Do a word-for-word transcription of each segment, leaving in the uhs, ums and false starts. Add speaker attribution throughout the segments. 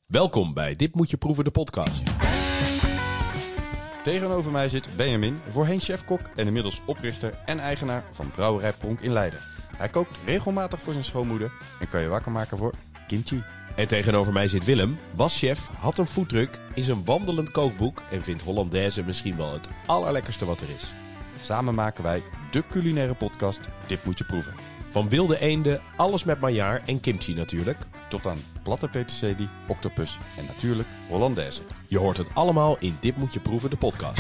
Speaker 1: Welkom bij Dit Moet Je Proeven, de podcast.
Speaker 2: Tegenover mij zit Benjamin, voorheen chef-kok en inmiddels oprichter en eigenaar van Brouwerij Pronk in Leiden. Hij kookt regelmatig voor zijn schoonmoeder en kan je wakker maken voor kimchi.
Speaker 1: En tegenover mij zit Willem, was chef, had een foodtruck, is een wandelend kookboek en vindt Hollandaise misschien wel het allerlekkerste wat er is.
Speaker 2: Samen maken wij de culinaire podcast Dit Moet Je Proeven.
Speaker 1: Van wilde eenden, alles met maillard en kimchi natuurlijk.
Speaker 2: Tot aan platte peterselie, octopus en natuurlijk Hollandaise.
Speaker 1: Je hoort het allemaal in Dit Moet Je Proeven, de podcast.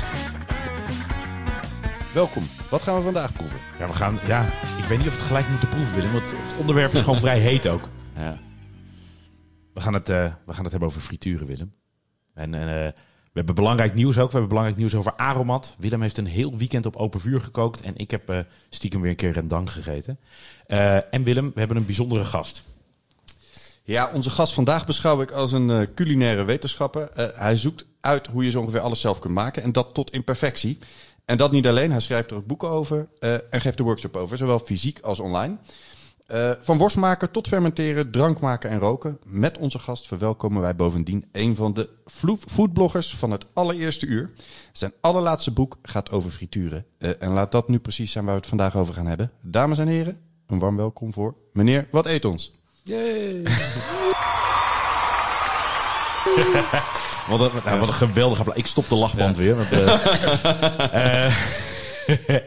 Speaker 2: Welkom, wat gaan we vandaag proeven?
Speaker 3: Ja, we gaan, ja, ik weet niet of we het gelijk moeten proeven, Willem, want het onderwerp is gewoon vrij heet ook.
Speaker 2: Ja.
Speaker 3: We gaan het, uh, we gaan het hebben over frituren, Willem. En uh, we hebben belangrijk nieuws ook. We hebben belangrijk nieuws over Aromat. Willem heeft een heel weekend op open vuur gekookt en ik heb uh, stiekem weer een keer rendang gegeten. Uh, en Willem, we hebben een bijzondere gast.
Speaker 2: Ja, onze gast vandaag beschouw ik als een uh, culinaire wetenschapper. Uh, hij zoekt uit hoe je zo ongeveer alles zelf kunt maken en dat tot in perfectie. En dat niet alleen, hij schrijft er ook boeken over uh, en geeft de workshop over, zowel fysiek als online. Uh, van worst maken tot fermenteren, drank maken en roken. Met onze gast verwelkomen wij bovendien een van de foodbloggers van het allereerste uur. Zijn allerlaatste boek gaat over frituren. Uh, en laat dat nu precies zijn waar we het vandaag over gaan hebben. Dames en heren, een warm welkom voor meneer Wat Eet Ons.
Speaker 3: Yay! wat, een, nou, wat een geweldige applaus. Ik stop de lachband ja. weer. Want, uh, uh,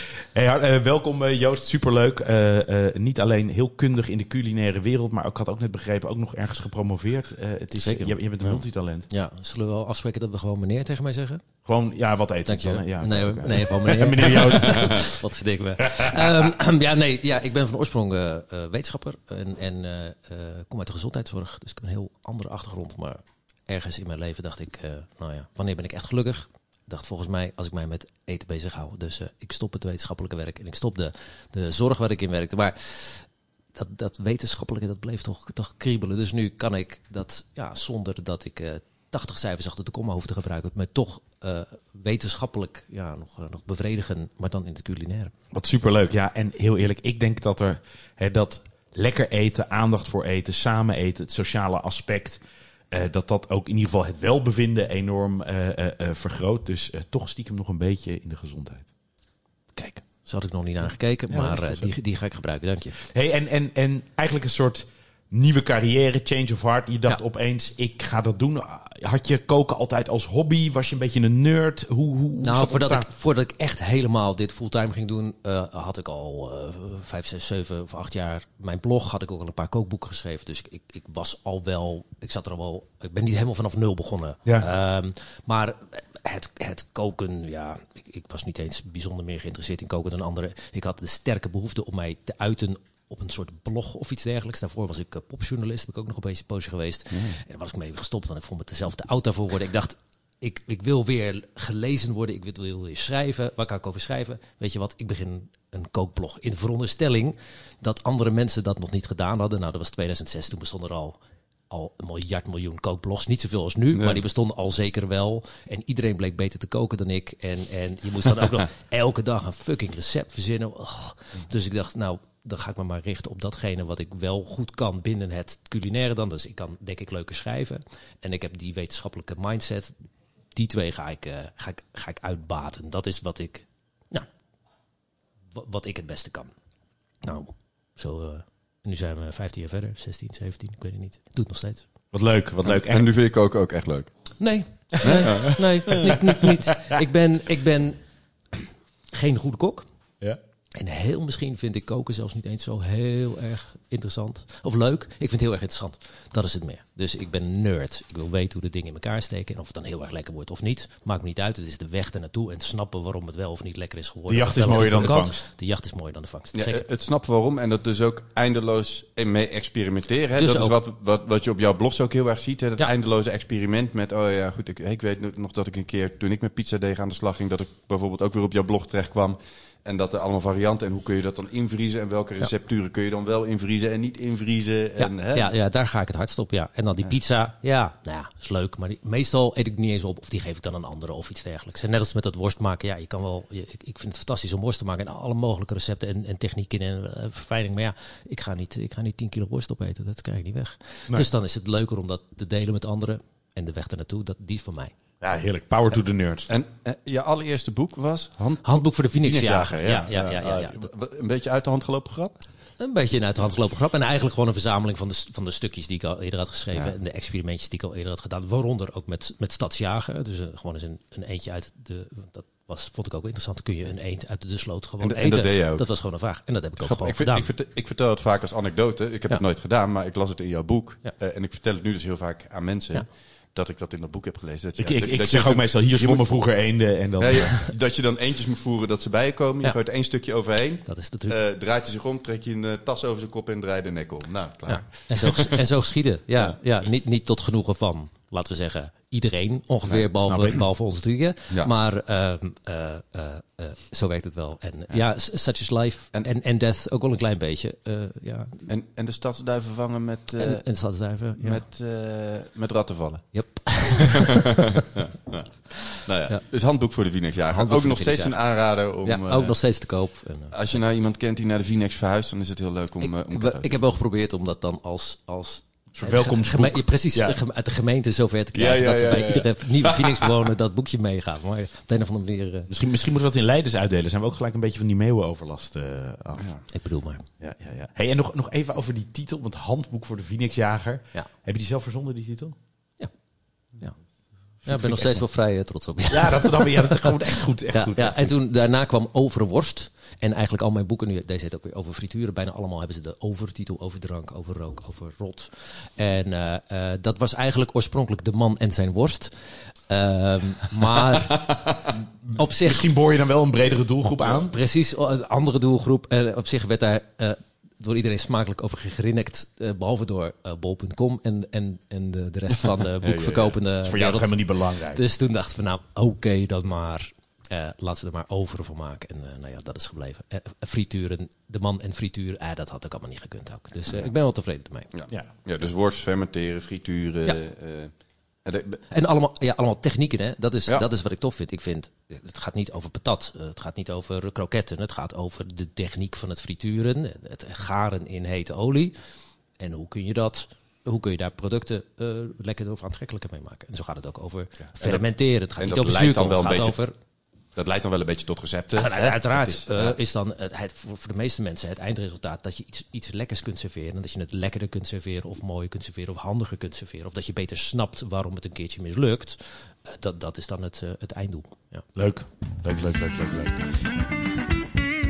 Speaker 3: Hey, uh, welkom uh, Joost, superleuk. Uh, uh, niet alleen heel kundig in de culinaire wereld, maar ik had ook net begrepen, ook nog ergens gepromoveerd. Uh, het is,
Speaker 4: Zeker.
Speaker 3: Je, je bent een multitalent.
Speaker 4: Ja, zullen we wel afspreken dat we gewoon meneer tegen mij zeggen?
Speaker 3: Gewoon, ja, wat eten
Speaker 4: Dank je.
Speaker 3: dan? Ja,
Speaker 4: nee,
Speaker 3: okay.
Speaker 4: nee, gewoon meneer.
Speaker 3: meneer Joost.
Speaker 4: Wat verdikken we. um, ja, nee, ja, ik ben van oorsprong uh, uh, wetenschapper en, en uh, uh, kom uit de gezondheidszorg. Dus ik heb een heel andere achtergrond, maar ergens in mijn leven dacht ik, uh, nou ja, wanneer ben ik echt gelukkig? Ik dacht volgens mij, als ik mij met eten bezig hou. Dus uh, ik stop het wetenschappelijke werk en ik stop de, de zorg waar ik in werkte. Maar dat, dat wetenschappelijke, dat bleef toch, toch kriebelen. Dus nu kan ik dat, ja, zonder dat ik uh, tachtig cijfers achter de komma hoef te gebruiken, me toch uh, wetenschappelijk ja, nog, uh, nog bevredigen, maar dan in het culinaire.
Speaker 3: Wat superleuk, ja. En heel eerlijk, ik denk dat er hè, dat lekker eten, aandacht voor eten, samen eten, het sociale aspect, Uh, dat dat ook in ieder geval het welbevinden enorm uh, uh, uh, vergroot. Dus uh, toch stiekem nog een beetje in de gezondheid.
Speaker 4: Kijk, zo had ik nog niet naar gekeken, ja, maar uh, die, die ga ik gebruiken, dank je.
Speaker 3: Hey, en, en, en eigenlijk een soort nieuwe carrière, change of heart. Je dacht ja. opeens, ik ga dat doen. Had je koken altijd als hobby? Was je een beetje een nerd? Hoe, hoe,
Speaker 4: nou, voordat ik, voordat ik echt helemaal dit fulltime ging doen, uh, had ik al uh, vijf, zes, zeven of acht jaar mijn blog. Had ik ook al een paar kookboeken geschreven. Dus ik, ik, ik was al wel, ik zat er al wel, ik ben niet helemaal vanaf nul begonnen.
Speaker 3: Ja.
Speaker 4: Um, maar het, het koken, ja, ik, ik was niet eens bijzonder meer geïnteresseerd in koken dan anderen. Ik had de sterke behoefte om mij te uiten op een soort blog of iets dergelijks. Daarvoor was ik uh, popjournalist, heb ik ook nog een beetje poosje geweest. Mm. En daar was ik mee gestopt, want ik vond me zelf te oud daarvoor worden. Ik dacht, ik, ik wil weer gelezen worden, ik wil, wil weer schrijven. Waar kan ik over schrijven? Weet je wat, ik begin een kookblog in de veronderstelling dat andere mensen dat nog niet gedaan hadden. Nou, dat was tweeduizend zes, toen bestond er al, al een miljard miljoen kookblogs. Niet zoveel als nu, nee. Maar die bestonden al zeker wel. En iedereen bleek beter te koken dan ik. En, en je moest dan ook nog elke dag een fucking recept verzinnen. Oh. Dus ik dacht, nou, dan ga ik me maar richten op datgene wat ik wel goed kan binnen het culinaire dan. Dus ik kan, denk ik, leuker schrijven. En ik heb die wetenschappelijke mindset. Die twee ga ik, uh, ga ik, ga ik uitbaten. Dat is wat ik, nou, wat, wat ik het beste kan. Nou, zo, uh, nu zijn we vijftien jaar verder. zestien, zeventien, ik weet het niet. Ik doe het nog steeds.
Speaker 3: Wat leuk, wat leuk.
Speaker 2: En, en nu vind ik koken ook echt leuk.
Speaker 4: Nee, nee, nee niet, niet, niet. Ik ben, ik ben geen goede kok.
Speaker 3: Ja.
Speaker 4: En heel misschien vind ik koken zelfs niet eens zo heel erg interessant. Of leuk. Ik vind het heel erg interessant. Dat is het meer. Dus ik ben een nerd. Ik wil weten hoe de dingen in elkaar steken. En of het dan heel erg lekker wordt of niet. Maakt me niet uit. Het is de weg ernaartoe. En snappen waarom het wel of niet lekker is geworden.
Speaker 3: De jacht is mooier dan de vangst.
Speaker 4: De jacht is mooier dan de vangst.
Speaker 2: Ja, het snappen waarom. En dat dus ook eindeloos mee experimenteren. Hè?
Speaker 4: Dus
Speaker 2: dat
Speaker 4: ook,
Speaker 2: is wat, wat, wat je op jouw blogs ook heel erg ziet. Hè? Dat
Speaker 4: ja.
Speaker 2: eindeloze experiment met... Oh ja, goed. Ik, ik weet nog dat ik een keer, toen ik met pizzadeeg aan de slag ging, dat ik bijvoorbeeld ook weer op jouw blog terecht kwam. En dat er allemaal varianten. En hoe kun je dat dan invriezen? En welke recepturen kun je dan wel invriezen en niet invriezen? En,
Speaker 4: ja,
Speaker 2: hè?
Speaker 4: ja, ja, daar ga ik het hardst op, ja. En dan die pizza, ja, nou ja, is leuk. Maar die, meestal eet ik niet eens op of die geef ik dan aan anderen of iets dergelijks. En net als met dat worst maken, ja, je kan wel... Je, ik, ik vind het fantastisch om worst te maken en alle mogelijke recepten en, en technieken en uh, verfijning. Maar ja, ik ga niet, ik ga niet tien kilo worst opeten, dat krijg ik niet weg.
Speaker 3: Nee.
Speaker 4: Dus dan is het leuker om dat te delen met anderen. En de weg ernaartoe, dat, die is van mij.
Speaker 3: Ja, heerlijk. Power to the nerds.
Speaker 2: En uh, je allereerste boek was? Hand...
Speaker 4: Handboek voor de Phoenixjager.
Speaker 2: Phoenixjager,
Speaker 4: Ja, ja, ja, ja, ja, ja.
Speaker 2: Uh, een beetje uit de hand gelopen grap?
Speaker 4: Een beetje een uit de hand gelopen grap. En eigenlijk gewoon een verzameling van de, van de stukjes die ik al eerder had geschreven.
Speaker 2: Ja.
Speaker 4: En de experimentjes die ik al eerder had gedaan. Waaronder ook met, met Stadsjagen. Dus een, gewoon eens een, een eentje uit de... Dat was, vond ik ook interessant. Dan kun je een eend uit de sloot gewoon
Speaker 2: en,
Speaker 4: eten.
Speaker 2: En dat deed je ook.
Speaker 4: Dat was gewoon een vraag. En dat heb ik ook
Speaker 2: Grappig,
Speaker 4: gewoon
Speaker 2: ik,
Speaker 4: gedaan.
Speaker 2: Ik, ik, ik vertel het vaak als anekdote. Ik heb
Speaker 4: Ja.
Speaker 2: het nooit gedaan, maar ik las het in jouw boek.
Speaker 4: Ja.
Speaker 2: Uh, en ik vertel het nu dus heel vaak aan mensen.
Speaker 4: Ja.
Speaker 2: Dat ik dat in dat boek heb gelezen. Dat je,
Speaker 3: Ik, ik,
Speaker 2: dat
Speaker 3: ik
Speaker 2: je
Speaker 3: zeg
Speaker 2: zo'n-
Speaker 3: ook meestal, hier
Speaker 2: je
Speaker 3: zwommen
Speaker 2: moet-
Speaker 3: vroeger eenden. En dan,
Speaker 2: Ja, je- dat je dan eentjes moet voeren dat ze bij je komen. Je
Speaker 4: Ja.
Speaker 2: gooit één stukje overheen.
Speaker 4: Dat is de truc.
Speaker 2: Uh, draait hij zich om, trek je een uh, tas over zijn kop en draai de nek om. Nou, klaar.
Speaker 4: Ja. En, zo, ges- en zo geschieden. Ja, ja. Niet, niet tot genoegen van, laten we zeggen, iedereen ongeveer,
Speaker 3: Nee, snap
Speaker 4: behalve,
Speaker 3: ik.
Speaker 4: behalve ons drieën.
Speaker 2: Ja.
Speaker 4: Maar ehm, eh, eh, eh, zo werkt het wel. En ja, ja s- such is life
Speaker 2: En-
Speaker 4: en, en death ook wel een klein beetje. Eh, ja.
Speaker 2: En, en de stadsduiven vangen met, uh,
Speaker 4: en, en stadsduiven. Ja.
Speaker 2: met, uh, met rattenvallen.
Speaker 4: Yep.
Speaker 2: Nou ja,
Speaker 4: Ja.
Speaker 2: dus handboek voor de Phoenixjager.
Speaker 4: Handboek
Speaker 2: Ook
Speaker 4: voor
Speaker 2: nog
Speaker 4: de
Speaker 2: steeds een
Speaker 4: Phoenixjager.
Speaker 2: aanrader om...
Speaker 4: Ja,
Speaker 2: uh,
Speaker 4: ook nog steeds te koop. En, uh,
Speaker 2: Als je nou iemand kent die naar de Phoenix verhuist, dan is het heel leuk om...
Speaker 4: ik,
Speaker 2: uh, om
Speaker 4: ik,
Speaker 2: dat
Speaker 4: ik heb wel geprobeerd om dat dan als... als
Speaker 3: soort welkomstboek.
Speaker 4: geme- precies,
Speaker 3: Ja.
Speaker 4: geme- uit de gemeente zover te krijgen
Speaker 2: Ja, ja,
Speaker 4: dat ze
Speaker 2: ja,
Speaker 4: bij
Speaker 2: ja.
Speaker 4: iedere nieuwe Phoenix-bewoner dat boekje meegaat. Maar op de een of andere manier, uh,
Speaker 3: Misschien, misschien moeten we dat in Leidens uitdelen. Zijn we ook gelijk een beetje van die meeuwenoverlast uh, af.
Speaker 2: Ja.
Speaker 4: ik bedoel maar.
Speaker 3: Ja, ja, ja. Hey, en nog, nog even over die titel. Want handboek voor de Phoenixjager.
Speaker 4: Ja.
Speaker 3: Heb je die zelf verzonnen, die titel?
Speaker 4: Ja, ik ben nog steeds wel vrij uh, trots op.
Speaker 3: Ja, dat, dan, ja, dat is gewoon echt goed. Echt
Speaker 4: Ja,
Speaker 3: goed
Speaker 4: ja,
Speaker 3: echt
Speaker 4: en
Speaker 3: goed.
Speaker 4: toen daarna kwam Over Worst. En eigenlijk al mijn boeken, nu, deze heet ook weer over frituren. Bijna allemaal hebben ze de overtitel over drank, over rook, over rot. En uh, uh, dat was eigenlijk oorspronkelijk De Man en Zijn Worst. Um, maar op zich...
Speaker 3: Misschien boor je dan wel een bredere doelgroep aan.
Speaker 4: Precies, een andere doelgroep. En op zich werd daar uh, door iedereen smakelijk over gegrinnikt. Uh, behalve door uh, bol punt com en, en, en de, de rest van de boekverkopende
Speaker 3: Dat is voor jou nog
Speaker 4: wereld.
Speaker 3: helemaal niet belangrijk.
Speaker 4: Dus toen dachten we, nou oké, okay, dan maar. Uh, laten we er maar over van maken. En uh, nou ja, dat is gebleven. Uh, frituren, De Man en frituur, uh, dat had ook allemaal niet gekund ook. Dus uh, ik ben wel tevreden ermee.
Speaker 2: Ja.
Speaker 3: Ja.
Speaker 2: Ja, dus worst, fermenteren, frituren.
Speaker 4: Ja.
Speaker 2: Uh, en de-
Speaker 4: En allemaal, ja, allemaal technieken, hè? Dat is,
Speaker 2: Ja.
Speaker 4: dat is wat ik tof vind. Ik vind, het gaat niet over patat, uh, het gaat niet over kroketten. Het gaat over de techniek van het frituren, het garen in hete olie. En hoe kun je dat... Hoe kun je daar producten uh, lekker of aantrekkelijker mee maken? En zo gaat het ook over fermenteren. Het gaat
Speaker 2: en
Speaker 4: niet
Speaker 2: dat
Speaker 4: over
Speaker 2: leidt
Speaker 4: zuurkool,
Speaker 2: dan
Speaker 4: het
Speaker 2: wel
Speaker 4: gaat
Speaker 2: een
Speaker 4: over...
Speaker 2: dat leidt dan wel een beetje tot recepten.
Speaker 4: Ja, nou,
Speaker 2: hè?
Speaker 4: uiteraard
Speaker 2: Dat is-
Speaker 4: uh,
Speaker 2: ja.
Speaker 4: is dan het, het, voor, voor de meeste mensen het eindresultaat dat je iets, iets lekkers kunt serveren. En dat je het lekkerder kunt serveren of mooier kunt serveren of handiger kunt serveren. Of dat je beter snapt waarom het een keertje mislukt. Uh, dat, dat is dan het, uh, het einddoel. Ja.
Speaker 3: Leuk. Leuk, leuk, leuk, leuk, leuk.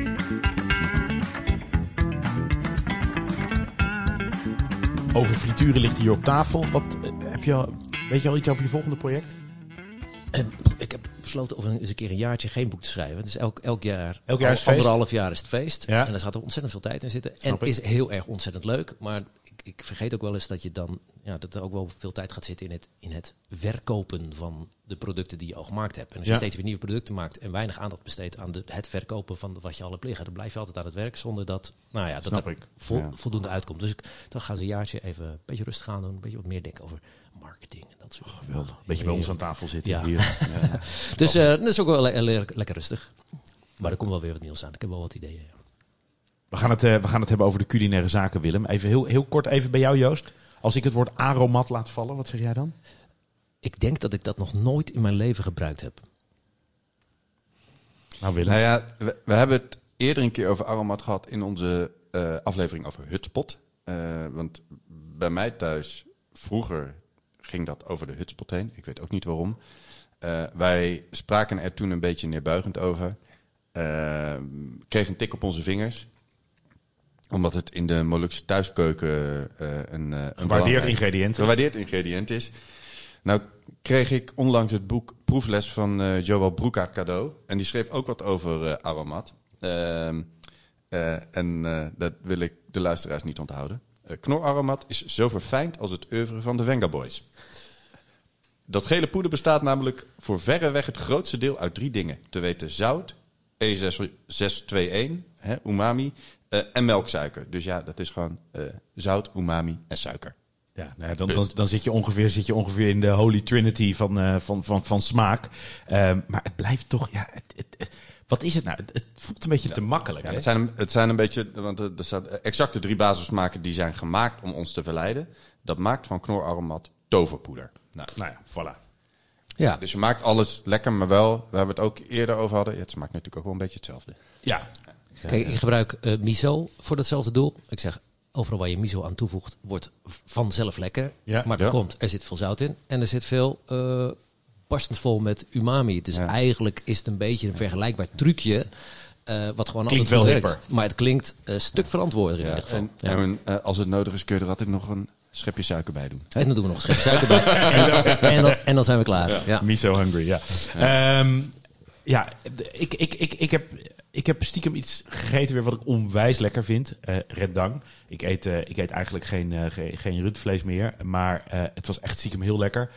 Speaker 3: Over frituren ligt hier op tafel. Wat, eh, heb je al, weet je al iets over je volgende project?
Speaker 4: En ik heb besloten om eens een keer een jaartje geen boek te schrijven. Dus elk, elk jaar,
Speaker 3: Elk jaar is
Speaker 4: al-
Speaker 3: feest?
Speaker 4: anderhalf jaar is het feest.
Speaker 3: Ja.
Speaker 4: En er gaat er ontzettend veel tijd in zitten.
Speaker 3: Snap
Speaker 4: en
Speaker 3: ik.
Speaker 4: is heel erg ontzettend leuk. Maar ik, ik vergeet ook wel eens dat je dan ja, dat er ook wel veel tijd gaat zitten in het, in het verkopen van de producten die je al gemaakt hebt. En als je
Speaker 3: Ja.
Speaker 4: steeds weer nieuwe producten maakt en weinig aandacht besteedt aan de, het verkopen van wat je al hebt liggen, dan blijf je altijd aan het werk zonder dat, nou ja, dat
Speaker 3: Snap
Speaker 4: er
Speaker 3: ik.
Speaker 4: vol-
Speaker 2: Ja.
Speaker 4: voldoende uitkomt. Dus ik, dan gaan ze een jaartje even een beetje rustig aan doen, een beetje wat meer denken over marketing en dat soort dingen.
Speaker 3: Geweldig. Een beetje bij ons aan tafel zitten
Speaker 4: Ja.
Speaker 3: hier. Ja.
Speaker 4: Dus uh, dat is ook wel le- le- lekker rustig. Maar er komt wel weer wat nieuws aan. Ik heb wel wat ideeën. Ja.
Speaker 3: We gaan, het, uh, we gaan het hebben over de culinaire zaken, Willem. Even heel, heel kort even bij jou, Joost. Als ik het woord aromat laat vallen, wat zeg jij dan?
Speaker 4: Ik denk dat ik dat nog nooit in mijn leven gebruikt heb.
Speaker 3: Nou, Willem.
Speaker 2: Nou ja, we, we hebben het eerder een keer over aromat gehad in onze uh, aflevering over hutspot. Uh, want bij mij thuis, vroeger ging dat over de hutspot heen. Ik weet ook niet waarom. Uh, wij spraken er toen een beetje neerbuigend over. Uh, kregen een tik op onze vingers. Omdat het in de Molukse thuiskeuken uh, een, uh, een
Speaker 3: gewaardeerd ingrediënt.
Speaker 2: Gewaardeerd ingrediënt is. Nou kreeg ik onlangs het boek Proefles van uh, Joël Broekaert cadeau. En die schreef ook wat over uh, aromat. Uh, uh, en uh, dat wil ik de luisteraars niet onthouden. Uh, Knoraromat is zo verfijnd als het oeuvre van de Venga Boys. Dat gele poeder bestaat namelijk voor verreweg het grootste deel uit drie dingen. Te weten zout, E zes zes twee een, hè, umami, uh, en melksuiker. Dus ja, dat is gewoon uh, zout, umami en suiker.
Speaker 3: Ja, nou ja, dan, dan, dan zit je ongeveer, zit je ongeveer in de Holy Trinity van, uh, van, van, van smaak. Um, maar het blijft toch, ja, het, het, het, wat is het nou? Het, het voelt een beetje ja, te makkelijk.
Speaker 2: Ja,
Speaker 3: hè?
Speaker 2: Het, zijn een, het zijn een beetje, want er staan exact de drie basissmaken die zijn gemaakt om ons te verleiden. Dat maakt van Knorr-Aromat toverpoeder. Nou,
Speaker 3: nou ja, voilà.
Speaker 2: Ja. Dus je maakt alles lekker, maar wel, waar we het ook eerder over hadden, ja, het smaakt natuurlijk ook wel een beetje hetzelfde.
Speaker 3: Ja.
Speaker 4: Kijk, ik gebruik uh, miso voor datzelfde doel. Ik zeg, overal waar je miso aan toevoegt, wordt vanzelf lekker.
Speaker 3: Ja.
Speaker 4: Maar dat
Speaker 2: Ja.
Speaker 4: komt, er zit veel zout in. En er zit veel uh, barstend vol met umami. Dus
Speaker 2: Ja.
Speaker 4: eigenlijk is het een beetje een vergelijkbaar trucje. Uh, wat gewoon
Speaker 3: Klinkt
Speaker 4: altijd
Speaker 3: wel
Speaker 4: goed werkt.
Speaker 3: hipper.
Speaker 4: Maar het klinkt een stuk verantwoorder in
Speaker 2: Ja.
Speaker 4: ieder geval.
Speaker 2: En,
Speaker 4: Ja.
Speaker 2: en uh, als het nodig is, kun je er altijd nog een schepje suiker bij doen.
Speaker 4: En dan doen we nog een schepje suiker bij. En, en, dan, en dan zijn we klaar. Ja. Ja.
Speaker 3: Miso hungry, ja. Ja, um, ja ik, ik, ik, ik, heb, ik heb stiekem iets gegeten weer wat ik onwijs lekker vind. Uh, Rendang. Ik eet, uh, ik eet eigenlijk geen, uh, geen, geen rundvlees meer. Maar uh, het was echt stiekem heel lekker.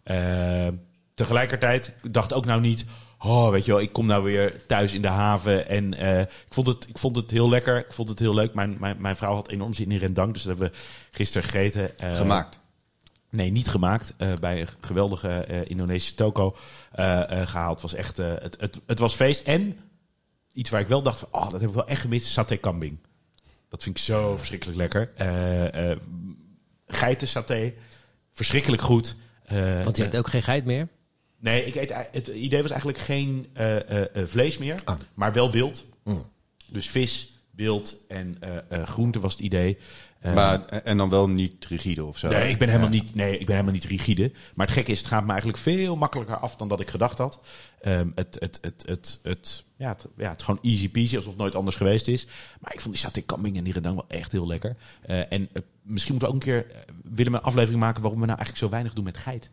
Speaker 3: Uh, tegelijkertijd dacht ook nou niet... Oh, weet je wel, ik kom nou weer thuis in de haven en uh, ik, vond het, ik vond het heel lekker. Ik vond het heel leuk. Mijn, mijn, mijn vrouw had enorm zin in rendang, dus dat hebben we gisteren gegeten. Uh,
Speaker 2: Gemaakt?
Speaker 3: Nee, niet gemaakt. Uh, bij een geweldige uh, Indonesische toko uh, uh, gehaald. Het was echt, uh, het, het, het was feest. En iets waar ik wel dacht van, oh, dat heb ik wel echt gemist, saté kambing. Dat vind ik zo verschrikkelijk lekker. Uh, uh, geitensaté, verschrikkelijk goed. Uh,
Speaker 4: Want je eet ook geen geit meer?
Speaker 3: Nee, ik eet, het idee was eigenlijk geen uh, uh, uh, vlees meer,
Speaker 4: ah.
Speaker 3: maar wel wild.
Speaker 4: Mm.
Speaker 3: Dus vis, wild en uh, uh, groente was het idee. Uh,
Speaker 2: Maar, en dan wel niet rigide of zo?
Speaker 3: nee, ik ben helemaal
Speaker 2: Ja.
Speaker 3: niet, nee, ik ben helemaal niet rigide. Maar het gekke is, het gaat me eigenlijk veel makkelijker af dan dat ik gedacht had. Um, het, het, het, het, het, ja, het, ja, het is gewoon easy peasy, alsof het nooit anders geweest is. Maar ik vond die saté kambing en die rendang wel echt heel lekker. Uh, en uh, misschien moeten we ook een keer uh, willen we een aflevering maken waarom we nou eigenlijk zo weinig doen met geit.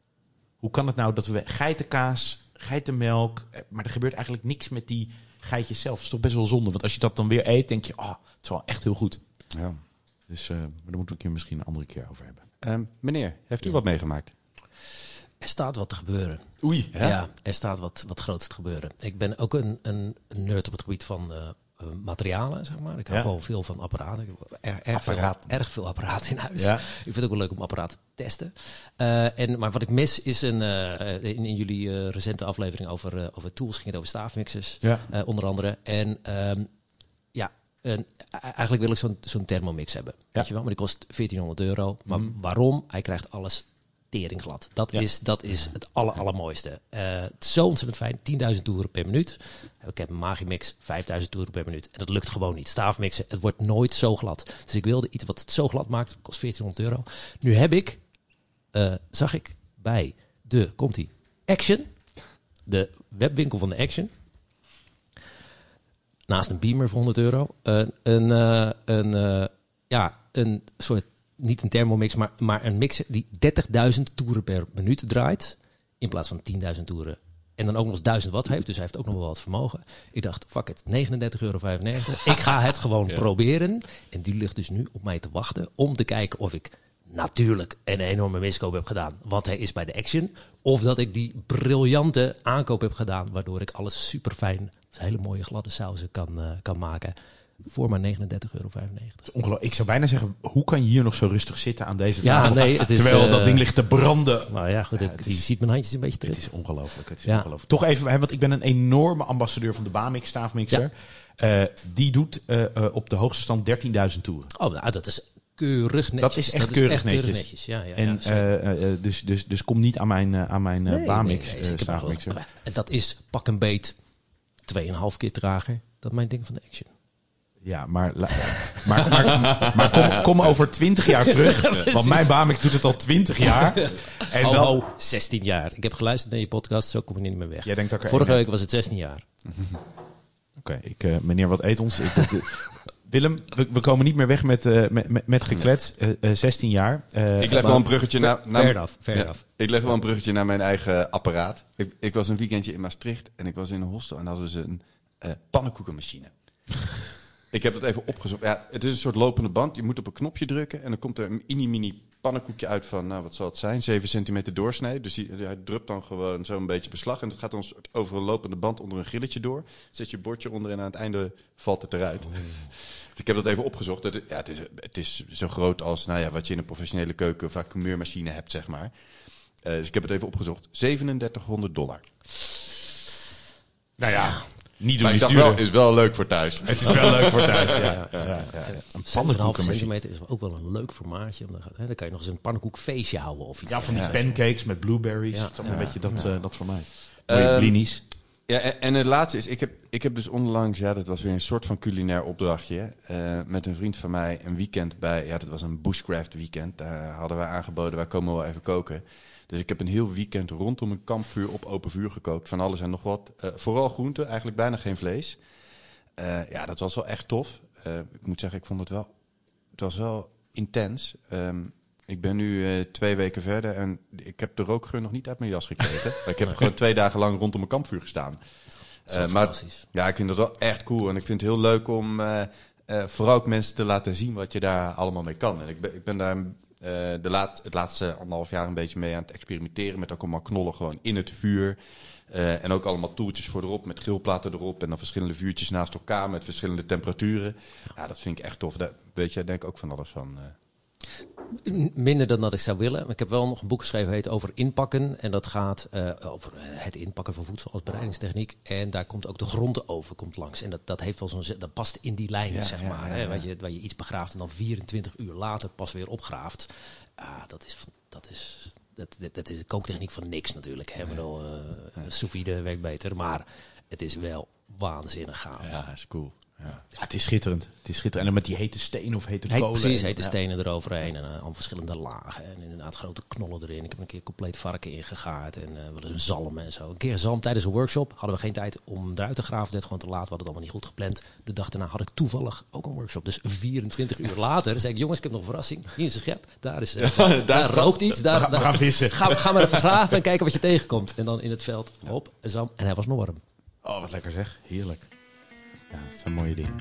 Speaker 3: Hoe kan het nou dat we geitenkaas, geitenmelk... maar er gebeurt eigenlijk niks met die geitjes zelf. Dat is toch best wel zonde. Want als je dat dan weer eet, denk je... oh, het is wel echt heel goed.
Speaker 2: Ja.
Speaker 3: Dus uh, maar daar moeten we het misschien een andere keer over hebben.
Speaker 2: Um, meneer, heeft u wat meegemaakt?
Speaker 4: Er staat wat te gebeuren.
Speaker 3: Oei.
Speaker 4: Ja, ja er staat wat, wat groots te gebeuren. Ik ben ook een, een, een nerd op het gebied van uh, uh, materialen, zeg maar. Ik hou
Speaker 3: Ja.
Speaker 4: gewoon veel van apparaten. Ik heb erg, erg,
Speaker 2: Apparaat.
Speaker 4: veel, erg veel apparaten in huis.
Speaker 3: Ja.
Speaker 4: Ik vind het ook wel leuk om apparaten te testen. Uh, en, maar wat ik mis is een, uh, in, in jullie uh, recente aflevering over, uh, over tools, ging het over staafmixers,
Speaker 3: Ja.
Speaker 4: uh, onder andere. En um, ja, een, eigenlijk wil ik zo'n zo'n Thermomix hebben.
Speaker 3: Ja.
Speaker 4: Weet je wel? Maar die kost veertienhonderd euro. Maar
Speaker 3: Mm.
Speaker 4: waarom? Hij krijgt alles teringglad. Dat,
Speaker 3: Ja.
Speaker 4: is, dat is het aller, allermooiste. Uh, het is zo ontzettend fijn. tienduizend toeren per minuut. Ik heb een Magimix, vijfduizend toeren per minuut. En dat lukt gewoon niet. Staafmixen, het wordt nooit zo glad. Dus ik wilde iets wat het zo glad maakt. Kost veertienhonderd euro. Nu heb ik, uh, zag ik bij de, komt-ie, Action. De webwinkel van de Action. Naast een Beamer voor honderd euro. Uh, een, uh, een, uh, ja, een soort... Niet een Thermomix, maar, maar een mixer die dertigduizend toeren per minuut draait. In plaats van tienduizend toeren. En dan ook nog eens duizend watt heeft. Dus hij heeft ook nog wel wat vermogen. Ik dacht, fuck it, negenendertig euro vijfennegentig. Ik ga het gewoon ja. proberen. En die ligt dus nu op mij te wachten. Om te kijken of ik natuurlijk een enorme miskoop heb gedaan. Wat hij is bij de Action. Of dat ik die briljante aankoop heb gedaan. Waardoor ik alles super fijn, hele mooie gladde sauzen kan, uh, kan maken. Voor maar negenendertig euro vijfennegentig.
Speaker 3: Ongelooflijk. Ik zou bijna zeggen, hoe kan je hier nog zo rustig zitten aan deze
Speaker 4: Ja,
Speaker 3: tafel?
Speaker 4: nee, het is,
Speaker 3: Terwijl
Speaker 4: uh,
Speaker 3: dat ding ligt te branden.
Speaker 4: Nou ja, goed,
Speaker 3: Ja,
Speaker 4: ik,
Speaker 3: het
Speaker 4: die
Speaker 3: is-
Speaker 4: ziet mijn handjes een beetje
Speaker 3: Het
Speaker 4: terug.
Speaker 3: is ongelooflijk. Het is
Speaker 4: Ja.
Speaker 3: ongelooflijk. Toch even, hè, want ik ben een enorme ambassadeur van de Bamix staafmixer. Uh, die doet uh, uh, op de hoogste stand dertienduizend toeren.
Speaker 4: Oh, nou, dat is keurig netjes.
Speaker 3: Dat is echt keurig netjes.
Speaker 4: Ja, ja,
Speaker 3: En
Speaker 4: ja, zeker.
Speaker 3: uh, uh, dus, dus, dus kom niet aan mijn, uh, aan mijn uh,
Speaker 4: Nee,
Speaker 3: Bamix
Speaker 4: nee, nee,
Speaker 3: uh,
Speaker 4: zeker wel.
Speaker 3: staafmixer.
Speaker 4: Maar dat is pak een beet tweeënhalf keer trager dan mijn ding van de Action.
Speaker 3: Ja, maar, la- maar, maar, maar kom, kom over twintig jaar terug. Want mijn Bamix doet het al twintig jaar. En
Speaker 4: Oh,
Speaker 3: dan,
Speaker 4: oh, zestien jaar. Ik heb geluisterd naar je podcast, zo kom ik niet meer weg.
Speaker 3: Jij denkt dat ik er
Speaker 4: Vorige
Speaker 3: één
Speaker 4: week was het zestien jaar.
Speaker 3: Oké, okay, ik, uh, meneer, wat eet ons? Ik, dat, uh, Willem, we, we komen niet meer weg met, uh, met, met, met geklets. Uh, uh, zestien jaar. Uh,
Speaker 2: Ik leg wel een bruggetje naar... naar
Speaker 4: Fair enough, fair
Speaker 2: ja,
Speaker 4: enough.
Speaker 2: ik leg wel een bruggetje naar mijn eigen apparaat. Ik, ik was een weekendje in Maastricht en ik was in een hostel en hadden ze een uh, pannenkoekenmachine. Ik heb het even opgezocht. Ja, het is een soort lopende band. Je moet op een knopje drukken en dan komt er een mini-mini pannenkoekje uit van, nou wat zal het zijn, zeven centimeter doorsnee. Dus die, hij drupt dan gewoon zo een beetje beslag en dat gaat dan een soort over een lopende band onder een grilletje door. Zet je bordje onder en aan het einde valt het eruit. Oh. Dus ik heb dat even opgezocht. Het, ja, het, is, het is zo groot als nou ja, wat je in een professionele keuken vacuumeurmachine hebt, zeg maar. Uh, dus ik heb het even opgezocht. zevenendertighonderd dollar.
Speaker 3: Nou ja, niet doen.
Speaker 2: Maar ik dacht wel, is wel leuk voor thuis.
Speaker 3: Het is wel leuk voor thuis, ja. ja, ja, ja.
Speaker 4: Een pannenkoek centimeter is ook wel een leuk formaatje. Dan, hè, dan kan je nog eens een pannenkoekfeestje houden of iets.
Speaker 3: Ja, van die
Speaker 4: ja.
Speaker 3: pancakes met blueberries.
Speaker 4: Ja.
Speaker 3: Dat is allemaal een beetje dat,
Speaker 2: ja.
Speaker 3: uh, dat voor mij. Mooie blinis.
Speaker 2: Ja, en, en het laatste is, ik heb, ik heb dus onlangs, ja, dat was weer een soort van culinair opdrachtje, uh, met een vriend van mij een weekend bij, ja, dat was een bushcraft weekend. Daar hadden wij aangeboden, wij komen wel even koken. Dus ik heb een heel weekend rondom een kampvuur op open vuur gekookt, van alles en nog wat. Uh, vooral groenten, eigenlijk bijna geen vlees. Uh, ja, dat was wel echt tof. Uh, ik moet zeggen, ik vond het wel, het was wel intens. Um, Ik ben nu uh, twee weken verder en ik heb de rookgeur nog niet uit mijn jas gekregen. Ik heb gewoon twee dagen lang rondom een kampvuur gestaan. Uh, maar ja, ik vind dat wel echt cool. En ik vind het heel leuk om uh, uh, vooral ook mensen te laten zien wat je daar allemaal mee kan. En ik ben, ik ben daar uh, de laat, het laatste anderhalf jaar een beetje mee aan het experimenteren. Met ook allemaal knollen gewoon in het vuur. Uh, en ook allemaal toeltjes voor erop met grillplaten erop. En dan verschillende vuurtjes naast elkaar met verschillende temperaturen. Ja, dat vind ik echt tof. Daar weet jij denk ik ook van alles van. Uh,
Speaker 4: Minder dan dat ik zou willen. Ik heb wel nog een boek geschreven heet over inpakken. En dat gaat uh, over het inpakken van voedsel als bereidingstechniek. En daar komt ook de grondoven komt langs. En dat, dat, heeft wel zo'n, dat past in die lijnen, ja, zeg ja, maar. Ja, ja. Hè, waar, je, waar je iets begraaft en dan vierentwintig uur later pas weer opgraaft. Ah, dat is... Dat is dat, dat, dat is de kooktechniek van niks natuurlijk. Hè. Ja, uh, ja. Sous vide werkt beter. Maar het is wel waanzinnig gaaf.
Speaker 2: Ja, dat is cool.
Speaker 3: Ja. Ja, het is schitterend. Het is schitterend. En dan met die hete stenen of hete
Speaker 4: He,
Speaker 3: kolen.
Speaker 4: Precies, hete
Speaker 3: ja.
Speaker 4: stenen eroverheen. En uh, al verschillende lagen. En inderdaad grote knollen erin. Ik heb een keer compleet varken ingegaard. En uh, wel eens een zalm en zo. Een keer zalm tijdens een workshop. Hadden we geen tijd om eruit te graven. Net gewoon te laat. We hadden het allemaal niet goed gepland. De dag daarna had ik toevallig ook een workshop. Dus vierentwintig uur later zei ik, jongens, ik heb nog een verrassing. Hier is een schep. Daar, is, uh, ja, daar, daar rookt iets. Daar,
Speaker 3: we, gaan,
Speaker 4: daar,
Speaker 3: we gaan vissen.
Speaker 4: Ga, ga maar even graven en kijken wat je tegenkomt. En dan in het veld, hop, en zalm. En hij was nog warm.
Speaker 3: Oh, wat lekker zeg. Heerlijk. Ja, dat zijn mooie dingen.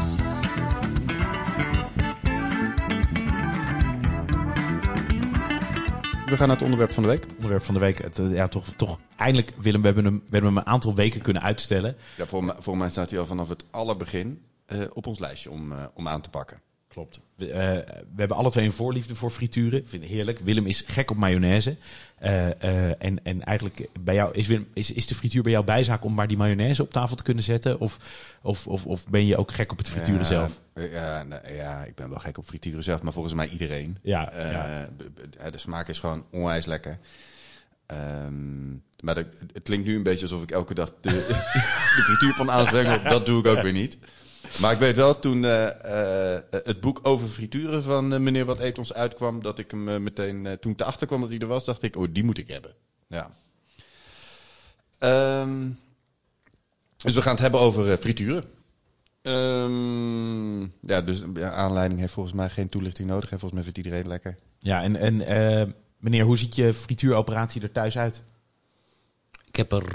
Speaker 2: We gaan naar het onderwerp van de week.
Speaker 3: Onderwerp van de week. Het, ja, toch, toch eindelijk, Willem, we hebben hem, we hebben hem een aantal weken kunnen uitstellen.
Speaker 2: Ja, voor, mij, voor mij staat hij al vanaf het allerbegin uh, op ons lijstje om, uh, om aan te pakken.
Speaker 3: Klopt. We, uh, we hebben alle twee een voorliefde voor frituren. Ik vind het heerlijk. Willem is gek op mayonaise. Uh, uh, en, en eigenlijk bij jou is, is, is de frituur bij jou bijzaak om maar die mayonaise op tafel te kunnen zetten? Of, of, of, of ben je ook gek op het frituren
Speaker 2: ja,
Speaker 3: zelf?
Speaker 2: Ja, nou, ja, ik ben wel gek op frituren zelf, maar volgens mij iedereen.
Speaker 3: Ja,
Speaker 2: uh,
Speaker 3: ja.
Speaker 2: De smaak is gewoon onwijs lekker. Um, maar de, het klinkt nu een beetje alsof ik elke dag de, de frituurpan aanzwengel. Dat doe ik ook weer niet. Maar ik weet wel, toen uh, uh, het boek over frituren van uh, meneer Wat Eet Ons uitkwam, dat ik hem uh, meteen, uh, toen ik erachter kwam dat hij er was, dacht ik, oh, die moet ik hebben. Ja. Um, dus we gaan het hebben over uh, frituren. Um, ja, dus ja, aanleiding heeft volgens mij geen toelichting nodig. En volgens mij vindt iedereen lekker.
Speaker 3: Ja, en, en uh, meneer, hoe ziet je frituuroperatie er thuis uit?
Speaker 4: Ik heb er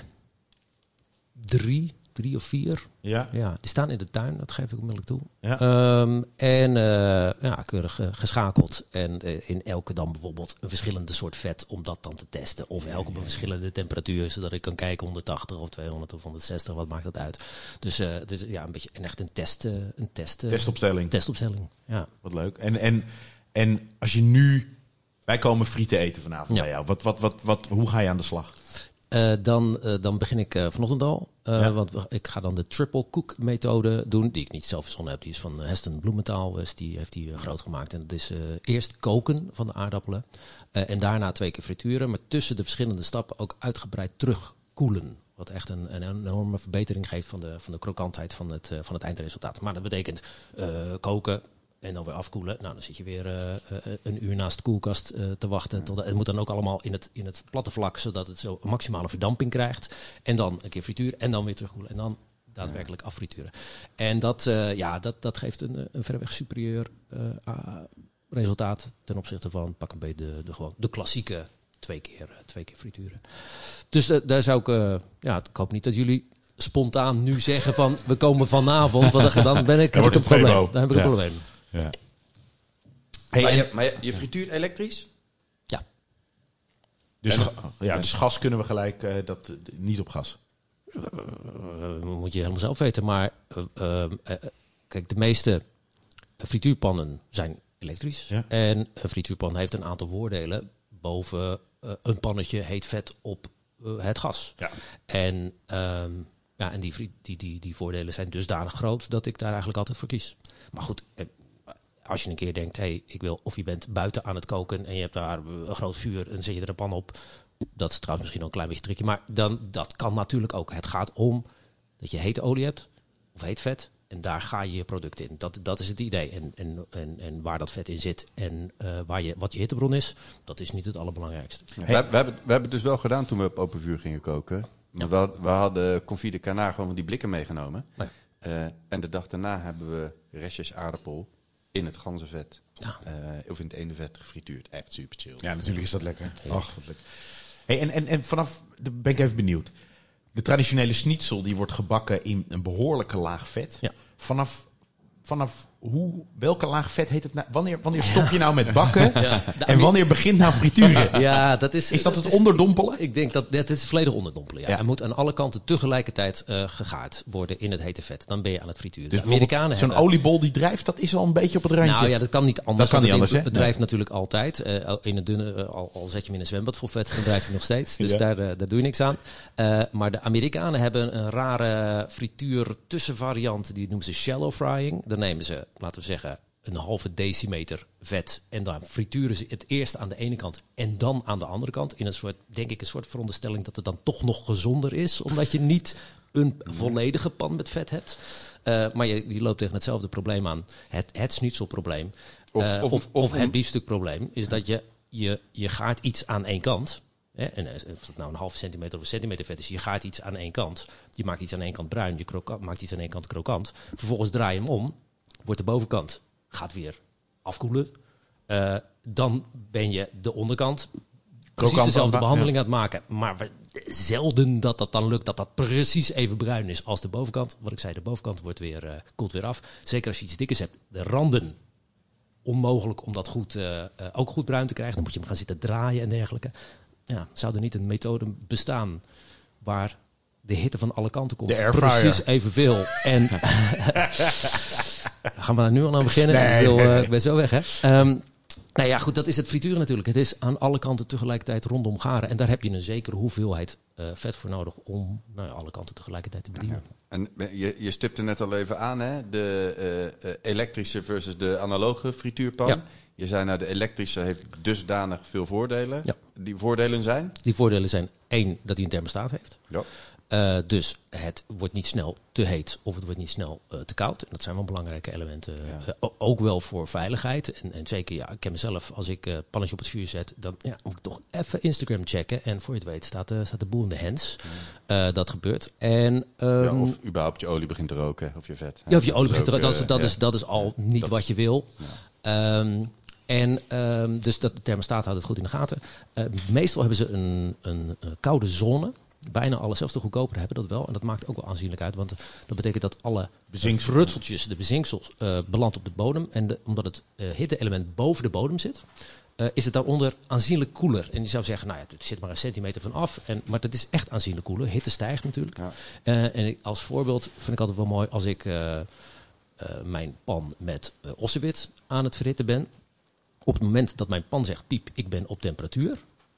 Speaker 4: drie... Drie of vier.
Speaker 3: Ja.
Speaker 4: Ja, die staan in de tuin, dat geef ik onmiddellijk toe.
Speaker 3: Ja.
Speaker 4: Um, en uh, ja, keurig uh, geschakeld. En uh, in elke dan bijvoorbeeld een verschillende soort vet om dat dan te testen. Of elke op een verschillende temperatuur, zodat ik kan kijken honderdtachtig of tweehonderd of honderdzestig, wat maakt dat uit. Dus uh, het is ja, een beetje en echt een test. Uh, een test uh,
Speaker 3: testopstelling.
Speaker 4: Testopstelling, ja.
Speaker 3: Wat leuk. En, en, en als je nu... Wij komen frieten eten vanavond ja. bij jou. Wat, wat, wat, wat, hoe ga je aan de slag?
Speaker 4: Uh, dan, uh, dan begin ik uh, vanochtend al. Uh, ja. Want ik ga dan de triple cook methode doen. Die ik niet zelf verzonnen heb. Die is van Heston Bloementaal. Dus die heeft die uh, groot gemaakt. En dat is uh, eerst koken van de aardappelen. Uh, en daarna twee keer frituren. Maar tussen de verschillende stappen ook uitgebreid terugkoelen. Wat echt een, een enorme verbetering geeft van de, van de krokantheid van het, uh, van het eindresultaat. Maar dat betekent uh, koken. En dan weer afkoelen. Nou, dan zit je weer uh, uh, een uur naast de koelkast uh, te wachten. Tot, het moet dan ook allemaal in het, in het platte vlak, zodat het zo een maximale verdamping krijgt. En dan een keer frituur en dan weer terugkoelen. En dan daadwerkelijk affrituren. En dat, uh, ja, dat, dat geeft een, een verreweg superieur uh, uh, resultaat ten opzichte van pak een beetje de, de, gewoon de klassieke twee keer, uh, twee keer frituren. Dus uh, daar zou ik, uh, ja, ik hoop niet dat jullie spontaan nu zeggen van we komen vanavond, want dan ben ik
Speaker 3: Dan wordt
Speaker 4: een
Speaker 3: het
Speaker 4: probleem.
Speaker 3: Febo.
Speaker 4: Dan heb ik
Speaker 3: Ja.
Speaker 4: een probleem.
Speaker 3: Ja. Hey,
Speaker 2: Maar,
Speaker 3: en-
Speaker 2: je, maar je, je frituurt elektrisch?
Speaker 4: Ja.
Speaker 3: dus,
Speaker 2: en-
Speaker 3: ga- ja, dus gas kunnen we gelijk, uh, dat, uh, niet op gas.
Speaker 4: Uh, moet je helemaal zelf weten. Maar uh, uh, uh, kijk, de meeste frituurpannen zijn elektrisch.
Speaker 3: Ja.
Speaker 4: En een frituurpan heeft een aantal voordelen boven uh, een pannetje heet vet op uh, het gas.
Speaker 3: Ja.
Speaker 4: En, um, ja, en die, die, die, die voordelen zijn dusdanig groot dat ik daar eigenlijk altijd voor kies. Maar goed, uh, als je een keer denkt, hey, ik wil, of je bent buiten aan het koken en je hebt daar een groot vuur en zet je er een pan op. Dat is trouwens misschien nog een klein beetje tricky, maar dan, dat kan natuurlijk ook. Het gaat om dat je hete olie hebt of heet vet en daar ga je je product in. Dat, dat is het idee. En, en, en, en waar dat vet in zit en uh, waar je, wat je hittebron is, dat is niet het allerbelangrijkste.
Speaker 2: Ja, we, we, hebben, we hebben het dus wel gedaan toen we op open vuur gingen koken.
Speaker 4: Ja.
Speaker 2: We, had- we hadden confit de canard gewoon van die blikken meegenomen.
Speaker 4: Nee.
Speaker 2: Uh, en de dag daarna hebben we restjes aardappel in het ganzenvet.
Speaker 4: Ja.
Speaker 2: Uh, of in het ene vet gefrituurd. Echt super chill.
Speaker 3: Ja, natuurlijk is dat lekker.
Speaker 4: Ja.
Speaker 3: Ach, wat lekker. Hey, en, en, en vanaf, daar ben ik even benieuwd. De traditionele schnitzel die wordt gebakken in een behoorlijke laag vet.
Speaker 4: Ja.
Speaker 3: Vanaf, vanaf hoe, welke laag vet heet het nou? Wanneer, wanneer stop je nou met bakken?
Speaker 4: Ja, de
Speaker 3: En wanneer begint nou frituren?
Speaker 4: Ja, dat is...
Speaker 3: Is dat het onderdompelen?
Speaker 4: Ik denk dat het is volledig onderdompelen. Ja.
Speaker 3: Ja.
Speaker 4: Er moet aan alle kanten tegelijkertijd uh, gegaard worden in het hete vet. Dan ben je aan het frituren.
Speaker 3: Dus
Speaker 4: de Amerikanen
Speaker 3: zo'n
Speaker 4: hebben...
Speaker 3: oliebol die drijft, dat is al een beetje op het randje.
Speaker 4: Nou ja, dat kan niet anders.
Speaker 3: Dat kan
Speaker 4: want
Speaker 3: niet
Speaker 4: het
Speaker 3: anders,
Speaker 4: ding-
Speaker 3: hè?
Speaker 4: Het drijft natuurlijk altijd. Uh, in het dunne, uh, al, al zet je hem in een zwembad vol vet, dan drijft hij nog steeds. Dus
Speaker 3: Ja.
Speaker 4: daar, uh, daar doe je niks aan. Uh, maar de Amerikanen hebben een rare frituur tussenvariant. Die noemen ze shallow frying. Dan nemen ze, laten we zeggen, een halve decimeter vet. En dan frituren ze het eerst aan de ene kant en dan aan de andere kant. In een soort, denk ik, een soort veronderstelling dat het dan toch nog gezonder is. Omdat je niet een volledige pan met vet hebt. Uh, maar je, je loopt tegen hetzelfde probleem aan. Het, het schnitzelprobleem.
Speaker 2: Of-
Speaker 4: Uh,
Speaker 2: of-
Speaker 4: of,
Speaker 2: of
Speaker 4: of
Speaker 2: een-
Speaker 4: het biefstukprobleem is dat je, je, je gaart iets aan één kant. Hè, en of het nou een halve centimeter of een centimeter vet is, je gaart iets aan één kant. Je maakt iets aan één kant bruin, je krokant, maakt iets aan één kant krokant. Vervolgens draai je hem om, wordt de bovenkant gaat weer afkoelen. Uh, dan ben je de onderkant precies
Speaker 3: Krokant
Speaker 4: dezelfde
Speaker 3: aan-
Speaker 4: behandeling aan het maken. Maar we, zelden dat dat dan lukt, dat dat precies even bruin is als de bovenkant. Wat ik zei, de bovenkant wordt weer, uh, koelt weer af. Zeker als je iets dikkers hebt. De randen, onmogelijk om dat goed, uh, uh, ook goed bruin te krijgen. Dan moet je hem gaan zitten draaien en dergelijke. Ja, zou er niet een methode bestaan waar de hitte van alle kanten komt?
Speaker 3: De airfryer.
Speaker 4: Precies evenveel. En gaan we daar nu al aan beginnen?
Speaker 3: Nee.
Speaker 4: Ik, wil, uh, ik ben zo weg, hè? Um, nou ja, goed, dat is het frituren natuurlijk. Het is aan alle kanten tegelijkertijd rondom garen. En daar heb je een zekere hoeveelheid uh, vet voor nodig om nou ja, alle kanten tegelijkertijd te bedienen.
Speaker 2: En je, je stipte net al even aan, hè? De uh, uh, elektrische versus de analoge frituurpan.
Speaker 4: Ja.
Speaker 2: Je zei nou, de elektrische heeft dusdanig veel voordelen.
Speaker 4: Ja.
Speaker 2: Die voordelen zijn?
Speaker 4: Die voordelen zijn één, dat hij een thermostaat heeft.
Speaker 2: Ja.
Speaker 4: Uh, dus het wordt niet snel te heet of het wordt niet snel uh, te koud. En dat zijn wel belangrijke elementen.
Speaker 2: Ja.
Speaker 4: Uh, ook wel voor veiligheid. En, en zeker, ja, ik ken mezelf, als ik uh, pannetje op het vuur zet, dan ja, moet ik toch even Instagram checken. En voor je het weet staat, uh, staat de boel in de hands. Uh, dat gebeurt. En, um,
Speaker 2: Ja, of überhaupt je olie begint te roken, of je vet.
Speaker 4: ja, of je olie
Speaker 2: Dat is
Speaker 4: begint te
Speaker 2: ook,
Speaker 4: dat, is,
Speaker 2: uh,
Speaker 4: dat,
Speaker 2: ja.
Speaker 4: is, dat is al niet
Speaker 2: Dat
Speaker 4: wat
Speaker 2: is-
Speaker 4: je wil. Um, en um, dus dat, de thermostaat houdt het goed in de gaten. Uh, meestal hebben ze een, een, een koude zone. Bijna alle, zelfs de goedkoper hebben dat wel. En dat maakt ook wel aanzienlijk uit. Want dat betekent dat alle
Speaker 3: Bezinksels.
Speaker 4: frutseltjes, de bezinksels, uh, belandt op de bodem. En de, omdat het uh, hitte-element boven de bodem zit, uh, is het daaronder aanzienlijk koeler. En je zou zeggen, nou ja, het zit maar een centimeter van af. En, maar het is echt aanzienlijk koeler. Hitte stijgt natuurlijk.
Speaker 2: Ja.
Speaker 4: Uh, en ik, als voorbeeld vind ik altijd wel mooi als ik uh, uh, mijn pan met uh, ossewit aan het verhitten ben. Op het moment dat mijn pan zegt, piep, ik ben op temperatuur.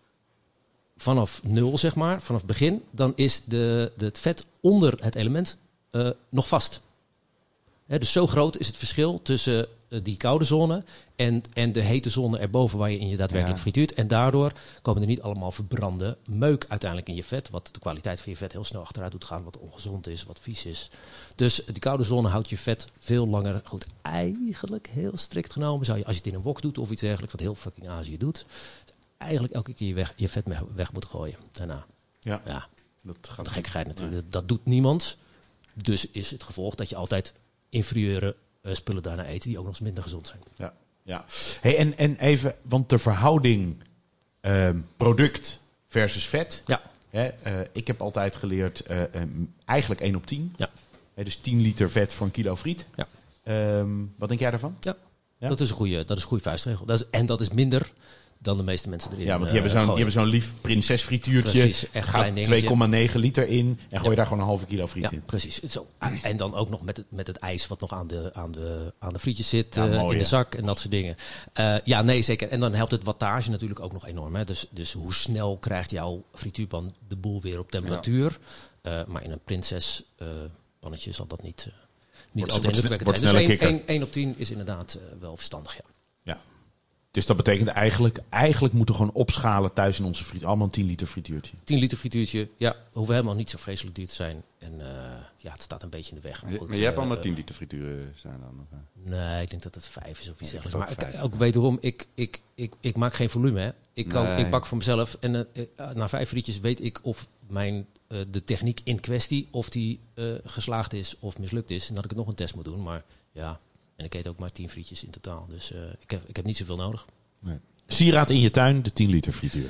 Speaker 4: Vanaf nul, zeg maar, vanaf het begin, dan is de, de, het vet onder het element uh, nog vast. Hè, dus zo groot is het verschil tussen uh, die koude zone en, en de hete zone erboven waar je in je daadwerkelijk
Speaker 2: Ja.
Speaker 4: frituurt. En daardoor komen er niet allemaal verbrande meuk uiteindelijk in je vet, wat de kwaliteit van je vet heel snel achteruit doet gaan, wat ongezond is, wat vies is. Dus die koude zone houdt je vet veel langer goed. Eigenlijk heel strikt genomen zou je, als je het in een wok doet of iets dergelijks, wat heel fucking Azië doet, eigenlijk elke keer je, weg, je vet weg, weg moet gooien daarna.
Speaker 3: Ja.
Speaker 4: Ja,
Speaker 2: Dat gaat
Speaker 4: wat een gekkigheid natuurlijk. Dat, dat doet niemand. Dus is het gevolg dat je altijd inferieure uh, spullen daarna eet die ook nog eens minder gezond zijn.
Speaker 3: Ja, ja. Hey, en, en even, want de verhouding ehm, product versus vet.
Speaker 4: Ja.
Speaker 3: Hè, Hè, uh, ik heb altijd geleerd, uh, um, eigenlijk één op tien.
Speaker 4: Ja.
Speaker 3: Hè, dus tien liter vet voor een kilo friet.
Speaker 4: Ja.
Speaker 3: Um, wat denk jij daarvan?
Speaker 4: Ja,
Speaker 3: Ja?
Speaker 4: dat is een goede, dat is een goede vuistregel. Dat is, en dat is minder dan de meeste mensen erin.
Speaker 3: Ja, want die, uh, hebben, zo'n, die hebben zo'n lief prinsesfrituurtje.
Speaker 4: Precies, echt klein dingetje.
Speaker 3: twee komma negen liter in en gooi
Speaker 4: Ja.
Speaker 3: daar gewoon een halve kilo friet
Speaker 4: Ja,
Speaker 3: in.
Speaker 4: precies. Zo. En dan ook nog met het, met het ijs wat nog aan de, aan de, aan de frietjes zit,
Speaker 3: Ja,
Speaker 4: uh,
Speaker 3: mooi,
Speaker 4: in de
Speaker 3: ja.
Speaker 4: zak en dat soort dingen. Uh, ja, nee, zeker. En dan helpt het wattage natuurlijk ook nog enorm. Hè. Dus, dus hoe snel krijgt jouw frituurpan de boel weer op temperatuur? Ja. Uh, maar in een prinses uh, pannetje zal dat niet, uh, niet
Speaker 3: Wordt-
Speaker 4: altijd
Speaker 3: wordt
Speaker 4: indrukwekkend
Speaker 3: sne-
Speaker 4: zijn.
Speaker 3: wordt
Speaker 4: Dus
Speaker 3: sneller
Speaker 4: één op tien is inderdaad uh, wel verstandig, ja.
Speaker 3: Ja. Dus dat betekent eigenlijk, eigenlijk moeten we gewoon opschalen thuis in onze friet. Allemaal een tien liter frituurtje.
Speaker 4: tien liter frituurtje, ja, hoeft helemaal niet zo vreselijk duur te zijn. En uh, ja, het staat een beetje in de weg.
Speaker 2: Maar,
Speaker 4: goed,
Speaker 2: maar jij hebt
Speaker 4: uh,
Speaker 2: allemaal tien liter frituren staan dan? Of, uh?
Speaker 4: Nee, ik denk dat het vijf is of iets
Speaker 2: Ja,
Speaker 4: dergelijks.
Speaker 2: ik
Speaker 4: Maar
Speaker 2: heb
Speaker 4: ik,
Speaker 2: ook vijf.
Speaker 4: ook weet waarom, ik, ik, ik, ik maak geen volume. Hè. Ik, kan,
Speaker 2: Nee.
Speaker 4: ik bak voor mezelf en uh, uh, na vijf frietjes weet ik of mijn, uh, de techniek in kwestie, of die uh, geslaagd is of mislukt is. En dat ik het nog een test moet doen. Maar ja, en ik eet ook maar tien frietjes in totaal. Dus uh, ik, heb, ik heb niet zoveel nodig.
Speaker 3: Nee. Sieraad in je tuin, de tien liter frituur.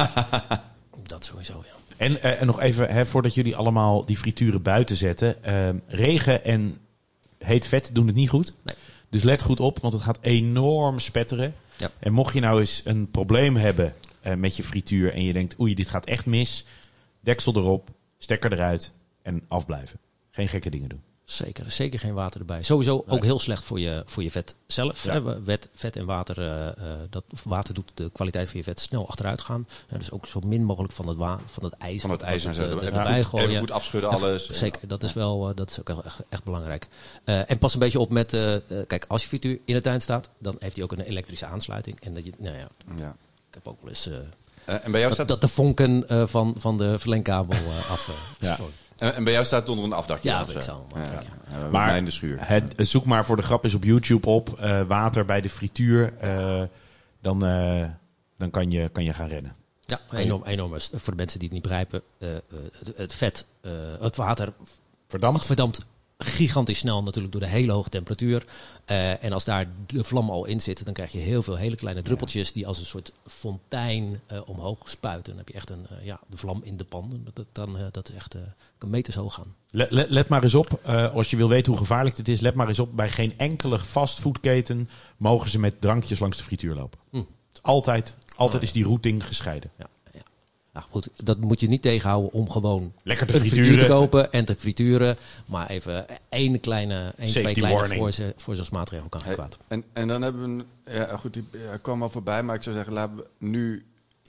Speaker 4: Dat sowieso, ja.
Speaker 3: En, uh, en nog even, hè, voordat jullie allemaal die frituren buiten zetten. Uh, regen en heet vet doen het niet goed.
Speaker 4: Nee.
Speaker 3: Dus let goed op, want het gaat enorm spetteren.
Speaker 4: Ja.
Speaker 3: En mocht je nou eens een probleem hebben uh, met je frituur en je denkt, oei, dit gaat echt mis. Deksel erop, stekker eruit en afblijven. Geen gekke dingen doen.
Speaker 4: Zeker, zeker geen water erbij. Sowieso
Speaker 3: Nee.
Speaker 4: ook heel slecht voor je, voor je vet zelf.
Speaker 3: Ja.
Speaker 4: Hè. Vet, vet en water, uh, uh, dat water doet de kwaliteit van je vet snel achteruit gaan. Uh, dus ook zo min mogelijk van het, wa- van het ijs.
Speaker 2: Van het ijs en
Speaker 4: wat
Speaker 2: zo.
Speaker 4: het, uh,
Speaker 2: Even,
Speaker 4: erbij
Speaker 2: goed,
Speaker 4: gooien.
Speaker 2: even goed afschudden alles.
Speaker 4: Zeker, dat is wel uh, dat is ook echt, echt belangrijk. Uh, en pas een beetje op met, uh, uh, kijk, als je frituur in de tuin staat, dan heeft hij ook een elektrische aansluiting. En dat je, nou ja,
Speaker 2: Ja.
Speaker 4: ik heb ook wel eens uh,
Speaker 2: Uh, en bij jou
Speaker 4: dat,
Speaker 2: staat...
Speaker 4: dat de vonken uh, van, van de verlengkabel uh, af. Uh, is
Speaker 3: Ja.
Speaker 4: gewoon-
Speaker 2: En, en bij jou staat het onder een afdakje?
Speaker 4: Ja,
Speaker 2: of
Speaker 4: ik
Speaker 2: zo?
Speaker 4: zou hem afdakje.
Speaker 2: Ja, ja,
Speaker 3: Maar
Speaker 2: mij in de schuur.
Speaker 3: Het, zoek maar voor de grap eens op YouTube op. Uh, water bij de frituur. Uh, dan uh, dan kan, je, kan je gaan rennen.
Speaker 4: Ja, enorm, enorm. Voor de mensen die het niet begrijpen, uh, uh, het, het vet, uh, het water
Speaker 3: Verdampt.
Speaker 4: verdampt gigantisch snel natuurlijk door de hele hoge temperatuur. Uh, en als daar de vlam al in zit, dan krijg je heel veel hele kleine druppeltjes die als een soort fontein uh, omhoog spuiten. Dan heb je echt een, uh, ja, de vlam in de pan. Dat, dat, dan, uh, dat is echt uh, kan meters hoog gaan.
Speaker 3: Let, let, let maar eens op, uh, als je wil weten hoe gevaarlijk dit is, let maar eens op. Bij geen enkele fastfoodketen mogen ze met drankjes langs de frituur lopen.
Speaker 4: Hm.
Speaker 3: Altijd, altijd
Speaker 4: Oh, ja.
Speaker 3: is die routing gescheiden.
Speaker 4: Ja, ja. Nou goed, dat moet je niet tegenhouden om gewoon
Speaker 3: Lekker te
Speaker 4: een frituur
Speaker 3: frituren.
Speaker 4: te kopen en te frituren. Maar even één kleine, één,
Speaker 3: Safety
Speaker 4: twee kleine
Speaker 3: warning.
Speaker 4: voorze- voorzorgsmaatregel kan geen
Speaker 2: Hey,
Speaker 4: kwaad.
Speaker 2: en, en dan hebben we... een- Ja, goed, die ja, kwam al voorbij, maar ik zou zeggen, laten we nu...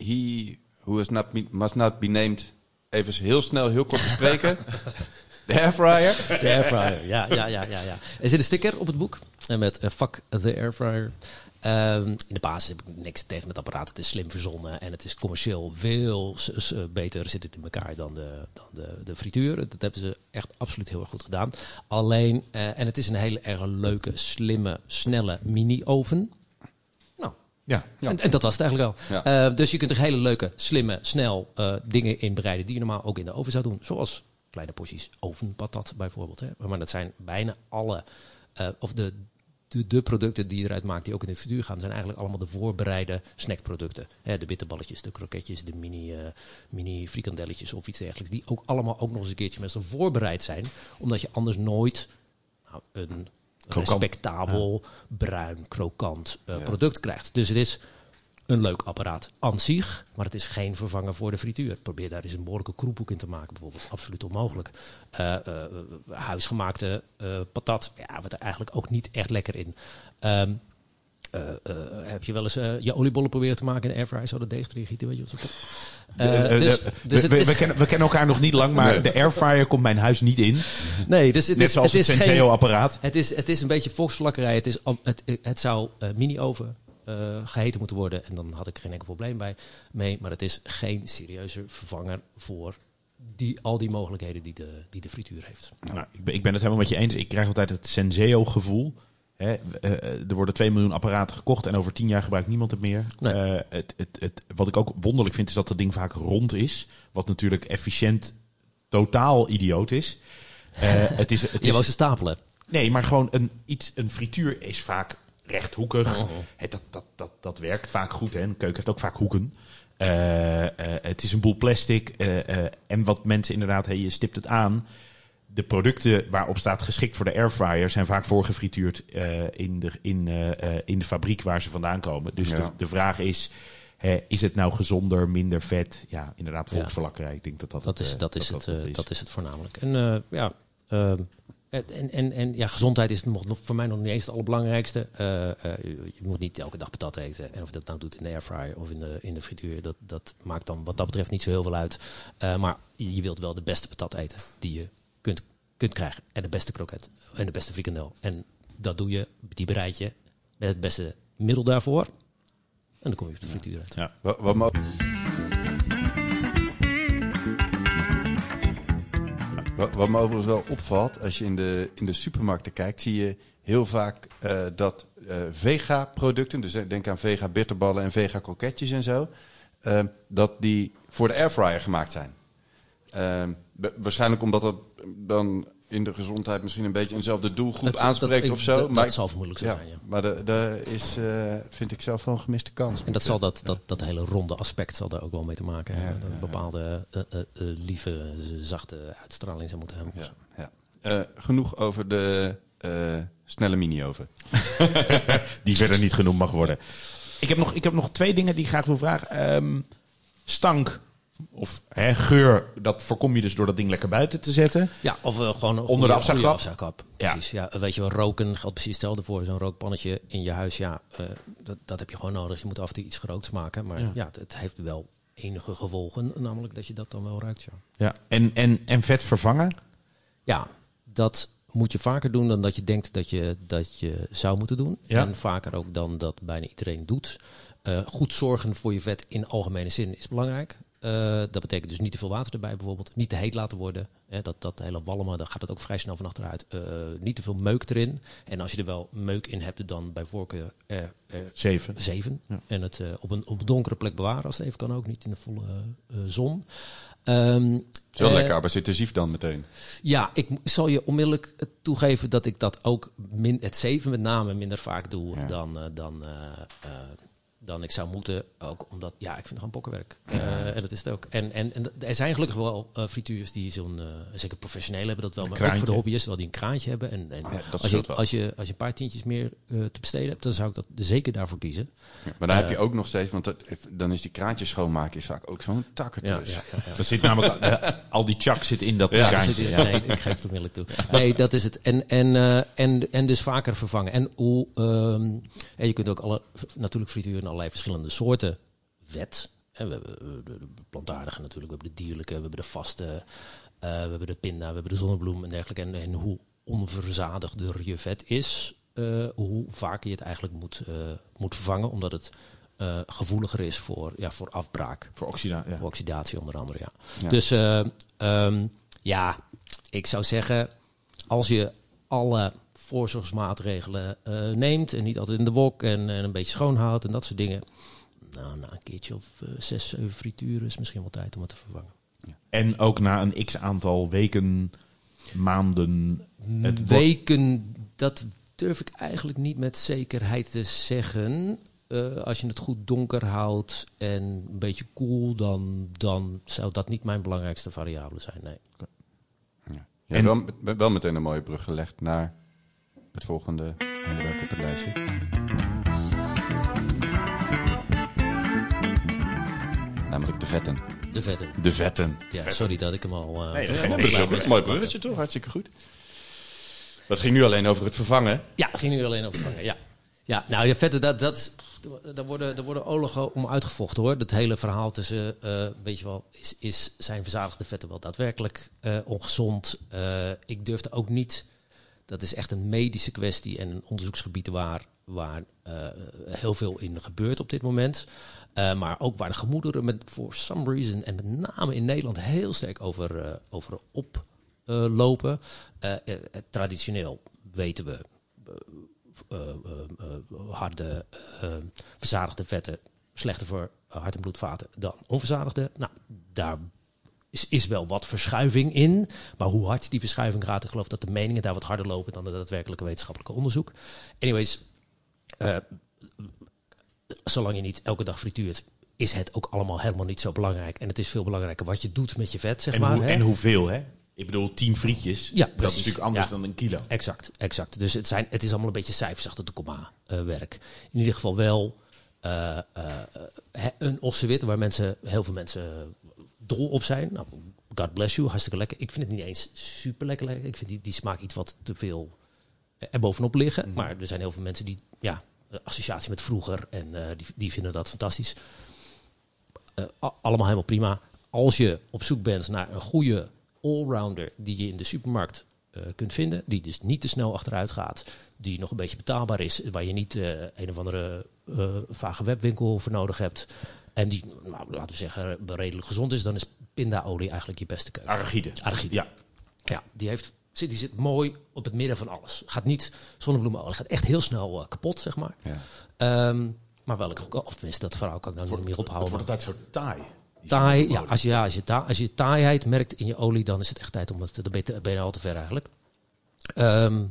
Speaker 2: He who has not be- must not be named... even heel snel, heel kort bespreken. De airfryer.
Speaker 4: De airfryer, ja, ja, ja, ja, ja. Er zit een sticker op het boek en met uh, fuck the airfryer. Um, in de basis heb ik niks tegen het apparaat. Het is slim verzonnen en het is commercieel veel s- s- beter zit het in elkaar dan de, dan de, de frituur. Dat hebben ze echt absoluut heel erg goed gedaan. Alleen, uh, en het is een hele erg leuke, slimme, snelle mini-oven. Nou,
Speaker 3: Ja.
Speaker 2: Ja.
Speaker 4: En, en dat was het eigenlijk al.
Speaker 2: Ja.
Speaker 4: Uh, dus je kunt er hele leuke, slimme, snel uh, dingen in bereiden die je normaal ook in de oven zou doen. Zoals kleine porties ovenpatat bijvoorbeeld. Hè. Maar dat zijn bijna alle, uh, of de, de, de producten die je eruit maakt die ook in de frituur gaan, zijn eigenlijk allemaal de voorbereide snackproducten. Hè, de bitterballetjes, de kroketjes, de mini, uh, mini frikandelletjes of iets dergelijks. Die ook allemaal ook nog eens een keertje meestal voorbereid zijn. Omdat je anders nooit nou, een
Speaker 3: Krokant.
Speaker 4: respectabel, bruin, krokant uh,
Speaker 2: Ja.
Speaker 4: product krijgt. Dus het is een leuk apparaat aan zich, maar het is geen vervanger voor de frituur. Probeer daar eens een behoorlijke kroephoek in te maken bijvoorbeeld. Absoluut onmogelijk. Uh, uh, huisgemaakte uh, patat, ja, wordt er eigenlijk ook niet echt lekker in. Um, uh, uh, heb je wel eens uh, je oliebollen proberen te maken in de airfryer, zo de deeg erin gieten, weet je wat zo. Uh,
Speaker 3: De- de-
Speaker 4: dus,
Speaker 3: de-
Speaker 4: dus
Speaker 3: we,
Speaker 4: het is,
Speaker 3: we, kennen, we kennen elkaar nog niet lang, maar de airfryer komt mijn huis niet in.
Speaker 4: nee, dus het
Speaker 3: Net
Speaker 4: is,
Speaker 3: zoals
Speaker 4: het
Speaker 3: het,
Speaker 4: is geen,
Speaker 3: Senseo-apparaat.
Speaker 4: Het is, het is een beetje volksvlakkerij. Het, is, al- het, het zou uh, mini-oven uh, geheten moeten worden. En dan had ik geen enkel probleem bij mee. Maar het is geen serieuze vervanger voor die, al die mogelijkheden die de, die de frituur heeft.
Speaker 3: Nou, ik, ben, ik ben het helemaal met je eens. Ik krijg altijd het Senseo-gevoel. Hè, uh, er worden twee miljoen apparaten gekocht en over tien jaar gebruikt niemand het meer.
Speaker 4: Nee.
Speaker 3: Uh, het, het, het, wat ik ook wonderlijk vind, is dat dat ding vaak rond is. Wat natuurlijk efficiënt totaal idioot is. Uh, het is, het
Speaker 4: Je
Speaker 3: is
Speaker 4: wou ze stapelen.
Speaker 3: nee, maar gewoon een, iets, een frituur is vaak rechthoekig.
Speaker 4: Oh.
Speaker 3: Hè, dat, dat, dat, dat werkt vaak goed. Hè. Een keuken heeft ook vaak hoeken. Uh, uh, het is een boel plastic. Uh, uh, en wat mensen inderdaad, hey, je stipt het aan. De producten waarop staat geschikt voor de airfryer zijn vaak voorgefrituurd uh, in, de, in, uh, uh, in de fabriek waar ze vandaan komen. Dus
Speaker 2: Ja.
Speaker 3: de, de vraag is, hè, is het nou gezonder, minder vet? Ja, inderdaad, volksverlakkerij. Ik denk dat dat,
Speaker 4: Dat
Speaker 3: het,
Speaker 4: is,
Speaker 3: uh,
Speaker 4: dat, is
Speaker 3: dat,
Speaker 4: het,
Speaker 3: dat
Speaker 4: uh,
Speaker 3: is.
Speaker 4: dat is het voornamelijk. En uh, ja, uh, en, en, en ja, gezondheid is nog, nog voor mij nog niet eens het allerbelangrijkste. Uh, uh, je, je moet niet elke dag patat eten. En of je dat nou doet in de airfryer of in de, in de frituur, dat, dat maakt dan wat dat betreft niet zo heel veel uit. Uh, maar je, je wilt wel de beste patat eten die je kunt, kunt krijgen. En de beste kroket en de beste frikandel. En dat doe je, die bereid je met het beste middel daarvoor. En dan kom je op de frituur uit.
Speaker 3: Ja.
Speaker 2: Wat, wat me... Wat, wat me overigens wel opvalt, als je in de, in de supermarkten kijkt, zie je heel vaak uh, dat uh, vega-producten, dus denk aan vega-bitterballen en vega-kroketjes en zo, uh, dat die voor de airfryer gemaakt zijn. Uh, be- waarschijnlijk omdat dat dan in de gezondheid misschien een beetje eenzelfde doelgroep
Speaker 4: Dat-
Speaker 2: aanspreekt
Speaker 4: dat-
Speaker 2: of zo.
Speaker 4: Dat,
Speaker 2: maar
Speaker 4: dat
Speaker 2: ik-
Speaker 4: zal vermoedelijk zo
Speaker 2: ja,
Speaker 4: zijn, ja.
Speaker 2: maar da- daar is, uh, vind ik zelf wel een gemiste kans.
Speaker 4: En dat zal dat, dat, dat hele ronde aspect zal daar ook wel mee te maken hebben.
Speaker 2: Ja,
Speaker 4: dat een
Speaker 2: ja, ja.
Speaker 4: bepaalde uh, uh, uh, lieve, zachte uitstraling zou moeten hebben.
Speaker 2: Ja, ja. Uh, genoeg over de uh, snelle mini-oven.
Speaker 3: Die verder niet genoemd mag worden. Ik heb nog, ik heb nog twee dingen die ik graag wil vragen. Um, stank of hè, geur, dat voorkom je dus door dat ding lekker buiten te zetten.
Speaker 4: Ja, of uh, gewoon een
Speaker 3: Onder
Speaker 4: goede,
Speaker 3: de afzuigkap?
Speaker 4: goede afzuigkap.
Speaker 3: Ja.
Speaker 4: Precies. Ja. Weet je wel, roken geldt precies hetzelfde voor. Zo'n rookpannetje in je huis, ja, uh, dat, dat heb je gewoon nodig. Je moet af en toe iets gerookt maken. Maar
Speaker 3: Ja.
Speaker 4: ja, het, het heeft wel enige gevolgen. Namelijk dat je dat dan wel ruikt, ja.
Speaker 3: Ja. En, en, en vet vervangen?
Speaker 4: Ja, dat moet je vaker doen dan dat je denkt dat je, dat je zou moeten doen.
Speaker 3: Ja.
Speaker 4: En vaker ook dan dat bijna iedereen doet. Uh, goed zorgen voor je vet in algemene zin is belangrijk. Uh, dat betekent dus niet te veel water erbij bijvoorbeeld. Niet te heet laten worden. Hè, dat, dat hele walmen, dan gaat het ook vrij snel van achteruit. Uh, niet te veel meuk erin. En als je er wel meuk in hebt, dan bij voorkeur er, er
Speaker 3: Zeven.
Speaker 4: zeven.
Speaker 3: Ja.
Speaker 4: En het uh, op, een, op een donkere plek bewaren als het even kan ook. Niet in de volle uh, zon. Um,
Speaker 2: Het is wel
Speaker 4: uh,
Speaker 2: lekker abrasief dan meteen.
Speaker 4: Ja, ik m- zal je onmiddellijk toegeven dat ik dat ook min, het zeven met name minder vaak doe
Speaker 2: Ja.
Speaker 4: dan, uh, dan, uh, uh, dan ik zou moeten. Ook omdat, ja, ik vind het gewoon bokkenwerk. Uh, en dat is het ook. En, en, en er zijn gelukkig wel uh, frituurs die zo'n, uh, zeker professioneel hebben dat wel,
Speaker 3: Een
Speaker 4: maar ook voor de
Speaker 3: kraantje.
Speaker 4: hobbyisten wel die een kraantje hebben. En, en
Speaker 2: Ja, dat
Speaker 4: als, je,
Speaker 2: scheelt wel.
Speaker 4: als, je, als je een paar tientjes meer uh, te besteden hebt, dan zou ik dat zeker daarvoor kiezen.
Speaker 2: Ja, maar dan
Speaker 4: Uh,
Speaker 2: heb je ook nog steeds, want dat, dan is die kraantjes schoonmaken is vaak ook zo'n takkentus.
Speaker 4: Ja, ja, ja, ja.
Speaker 3: Er zit namelijk uh, al die chak zit in dat
Speaker 2: Ja,
Speaker 4: Daar
Speaker 3: kraantje.
Speaker 4: zit hij-
Speaker 3: Ja.
Speaker 4: Nee, ik geef het onmiddellijk toe. Nee, dat is het. En, en, uh, en, en dus vaker vervangen. En hoe, um, en je kunt ook alle, natuurlijk frituur in allerlei verschillende soorten vet. En we hebben de plantaardige natuurlijk, we hebben de dierlijke, we hebben de vaste, uh, we hebben de pinda, we hebben de zonnebloem en dergelijke. En, en hoe onverzadigder je vet is, uh, hoe vaker je het eigenlijk moet, uh, moet vervangen. Omdat het uh, gevoeliger is voor, ja, voor afbraak.
Speaker 3: Voor oxida, ja.
Speaker 4: Voor oxidatie onder andere, ja.
Speaker 2: Ja.
Speaker 4: Dus uh, um, ja, ik zou zeggen, als je alle voorzorgsmaatregelen uh, neemt en niet altijd in de wok en, en een beetje schoonhoudt en dat soort dingen. Nou, na een keertje of uh, zes, zeven frituren is misschien wel tijd om het te vervangen.
Speaker 3: En ook na een x aantal weken, maanden. Het wordt-
Speaker 4: Weken, dat durf ik eigenlijk niet met zekerheid te zeggen. Uh, als je het goed donker houdt en een beetje koel, dan, dan zou dat niet mijn belangrijkste variabele zijn. Nee.
Speaker 2: Ja. Je hebt wel, met- wel meteen een mooie brug gelegd naar het volgende onderwerp op het lijstje. Namelijk de vetten.
Speaker 4: De vetten.
Speaker 2: De vetten.
Speaker 4: Ja, sorry dat ik hem al... Uh,
Speaker 3: Nee, dat
Speaker 4: ja,
Speaker 3: geeft
Speaker 2: Ja,
Speaker 3: niks.
Speaker 2: dat is wel goed. Mooi bruggetje toch? Hartstikke goed. Dat ging nu alleen over het vervangen.
Speaker 4: Ja, het ging nu alleen over vangen. Ja, ja nou, de vetten, dat, dat, is- daar, worden, daar worden oorlogen om uitgevochten hoor. Dat hele verhaal tussen, uh, weet je wel, is, is, zijn verzadigde vetten wel daadwerkelijk uh, ongezond? Uh, ik durfde ook niet, dat is echt een medische kwestie en een onderzoeksgebied waar, waar uh, heel veel in gebeurt op dit moment. Uh, maar ook waar de gemoederen met, for some reason, en met name in Nederland, heel sterk over, uh, over oplopen. Uh, uh, uh, traditioneel weten we, uh, uh, uh, harde, uh, verzadigde vetten slechter voor uh, hart- en bloedvaten dan onverzadigde. Nou, daar is, is wel wat verschuiving in. Maar hoe hard die verschuiving gaat, ik geloof dat de meningen daar wat harder lopen dan het daadwerkelijke wetenschappelijke onderzoek. Anyways, uh, zolang je niet elke dag frituurt, is het ook allemaal helemaal niet zo belangrijk. En het is veel belangrijker wat je doet met je vet, zeg
Speaker 3: En,
Speaker 4: maar.
Speaker 3: hoe,
Speaker 4: hè?
Speaker 3: en hoeveel, hè? Ik bedoel, tien frietjes.
Speaker 4: Ja,
Speaker 3: Dat
Speaker 4: precies.
Speaker 3: is natuurlijk anders
Speaker 4: Ja.
Speaker 3: dan een kilo.
Speaker 4: Exact, exact. Dus het, zijn, het is allemaal een beetje cijfers achter de komma uh, werk. In ieder geval wel uh, uh, een ossewit waar mensen, heel veel mensen dol op zijn. Nou, God bless you, hartstikke lekker. Ik vind het niet eens super lekker. lekker. Ik vind die, die smaak iets wat te veel er bovenop liggen. Mm-hmm. Maar er zijn heel veel mensen die, ja, associatie met vroeger en uh, die, die vinden dat fantastisch. Uh, allemaal helemaal prima. Als je op zoek bent naar een goede allrounder die je in de supermarkt uh, kunt vinden, die dus niet te snel achteruit gaat, die nog een beetje betaalbaar is, waar je niet uh, een of andere uh, vage webwinkel voor nodig hebt en die, nou, laten we zeggen, redelijk gezond is, dan is pindaolie eigenlijk je beste keuze.
Speaker 3: Arachide.
Speaker 4: Arachide.
Speaker 3: Ja.
Speaker 4: Ja, die, heeft, die zit mooi op het midden van alles. Gaat niet, zonnebloemenolie gaat echt heel snel uh, kapot, zeg maar. Ja. Um, maar wel, ik, of tenminste, dat verhaal kan ik nou niet meer ophouden.
Speaker 3: Het wordt altijd zo taai.
Speaker 4: Taai, ja, als je, ja, als je, ta, als je taaiheid merkt in je olie, dan is het echt tijd om het, dan ben je, ben je al te ver eigenlijk. Um,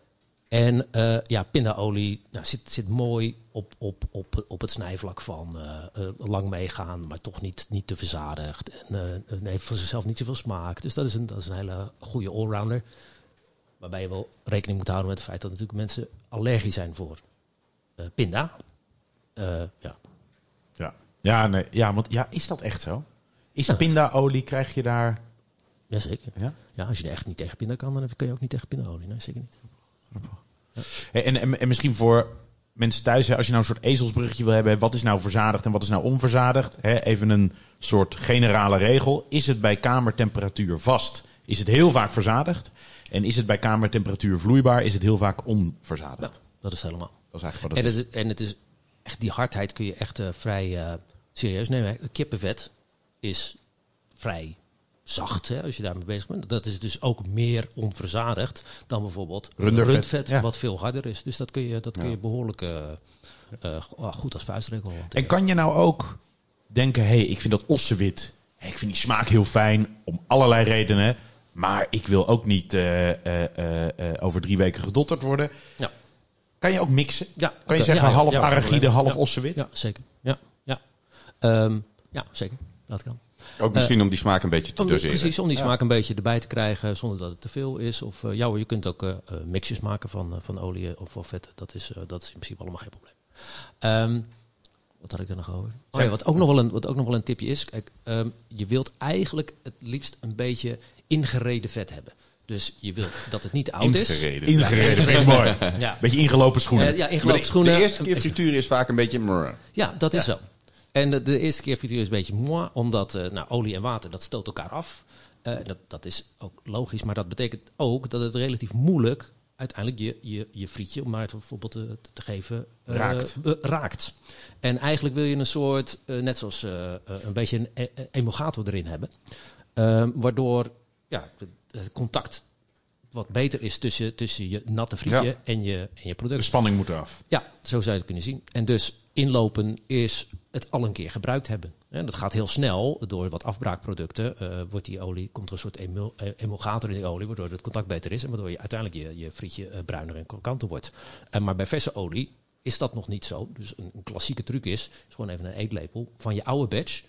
Speaker 4: en uh, ja, pindaolie nou, zit, zit mooi op, op, op, op het snijvlak van uh, uh, lang meegaan, maar toch niet, niet te verzadigd. En uh, heeft van zichzelf niet zoveel smaak. Dus dat is een, dat is een hele goede allrounder. Waarbij je wel rekening moet houden met het feit dat natuurlijk mensen allergisch zijn voor uh, pinda. Uh, ja.
Speaker 3: Ja. Ja, nee, ja, want ja, is dat echt zo? Is
Speaker 4: Ja.
Speaker 3: pindaolie, krijg je daar...
Speaker 4: Jazeker.
Speaker 3: Ja?
Speaker 4: Ja, als je er echt niet tegen pinda kan, dan heb je- kun je ook niet tegen pindaolie. Nee, zeker niet.
Speaker 3: Hey, En, en, en misschien voor mensen thuis, hè, als je nou een soort ezelsbruggetje wil hebben, wat is nou verzadigd en wat is nou onverzadigd? Hè, even een soort generale regel. Is het bij kamertemperatuur vast? Is het heel vaak verzadigd? En is het bij kamertemperatuur vloeibaar? Is het heel vaak onverzadigd?
Speaker 4: Ja, dat is helemaal.
Speaker 3: Dat is eigenlijk wat
Speaker 4: En
Speaker 3: het is.
Speaker 4: het, is- en het is echt, die hardheid kun je echt uh, vrij uh, serieus nemen. Kippenvet is vrij zacht, hè, als je daarmee bezig bent. Dat is dus ook meer onverzadigd dan bijvoorbeeld
Speaker 3: Rundervet,
Speaker 4: rundvet,
Speaker 3: ja.
Speaker 4: wat veel harder is. Dus dat kun je, dat kun
Speaker 2: Ja.
Speaker 4: je behoorlijk uh, uh, goed als vuistregel hanteren.
Speaker 3: En kan je nou ook denken, hé, hey, ik vind dat ossewit, hey, ik vind die smaak heel fijn, om allerlei redenen, maar ik wil ook niet uh, uh, uh, uh, over drie weken gedotterd worden.
Speaker 4: Ja.
Speaker 3: Kan je ook mixen?
Speaker 4: Ja,
Speaker 3: Kan je
Speaker 4: oké.
Speaker 3: zeggen
Speaker 4: Ja, ja,
Speaker 3: half
Speaker 4: ja,
Speaker 3: arachide,
Speaker 4: ja,
Speaker 3: half
Speaker 4: ja.
Speaker 3: ossewit?
Speaker 4: Ja, zeker. Ja, ja. Um, ja zeker. Dat kan.
Speaker 2: Ook misschien om die smaak een beetje te
Speaker 4: Om,
Speaker 2: doseren.
Speaker 4: precies, om die
Speaker 2: Ja.
Speaker 4: smaak een beetje erbij te krijgen zonder dat het te veel is. Of uh, ja hoor, je kunt ook uh, mixjes maken van, uh, van olie of van vetten. Dat is, uh, dat is in principe allemaal geen probleem. Um, wat had ik er nog over? Oh, ja, wat, ook nog wel een, wat ook nog wel een tipje is. Kijk, um, je wilt eigenlijk het liefst een beetje ingereden vet hebben. Dus je wilt dat het niet oud is.
Speaker 2: Ingereden.
Speaker 3: Ingereden, vind ik mooi.
Speaker 4: Ja.
Speaker 3: Beetje ingelopen schoenen.
Speaker 4: Uh, ja,
Speaker 2: Maar
Speaker 4: ingelopen
Speaker 2: de,
Speaker 4: schoenen.
Speaker 2: de eerste keer frituren is vaak een beetje... mrr.
Speaker 4: Ja, dat is zo. En de, de eerste keer frituren is een beetje moi, omdat uh, nou, olie en water, dat stoot elkaar af. Uh, dat, dat is ook logisch, maar dat betekent ook dat het relatief moeilijk uiteindelijk je, je, je frietje, om maar het bijvoorbeeld te, te geven, uh,
Speaker 3: Raakt.
Speaker 4: uh, raakt. En eigenlijk wil je een soort, uh, net zoals uh, uh, een beetje een e- emulgator erin hebben. Uh, waardoor ja, het, het contact wat beter is tussen, tussen je natte frietje
Speaker 2: Ja.
Speaker 4: en, je, en je
Speaker 3: De
Speaker 4: product.
Speaker 3: spanning moet eraf.
Speaker 4: Ja, zo zou je het kunnen zien. En dus inlopen is het al een keer gebruikt hebben. En dat gaat heel snel. Door wat afbraakproducten uh, wordt die olie, komt er een soort emul, uh, emulgator in die olie, waardoor het contact beter is en waardoor je uiteindelijk je, je frietje uh, bruiner en krokanter wordt. Uh, maar bij verse olie is dat nog niet zo. Dus een, een klassieke truc is, is gewoon even een eetlepel van je oude batch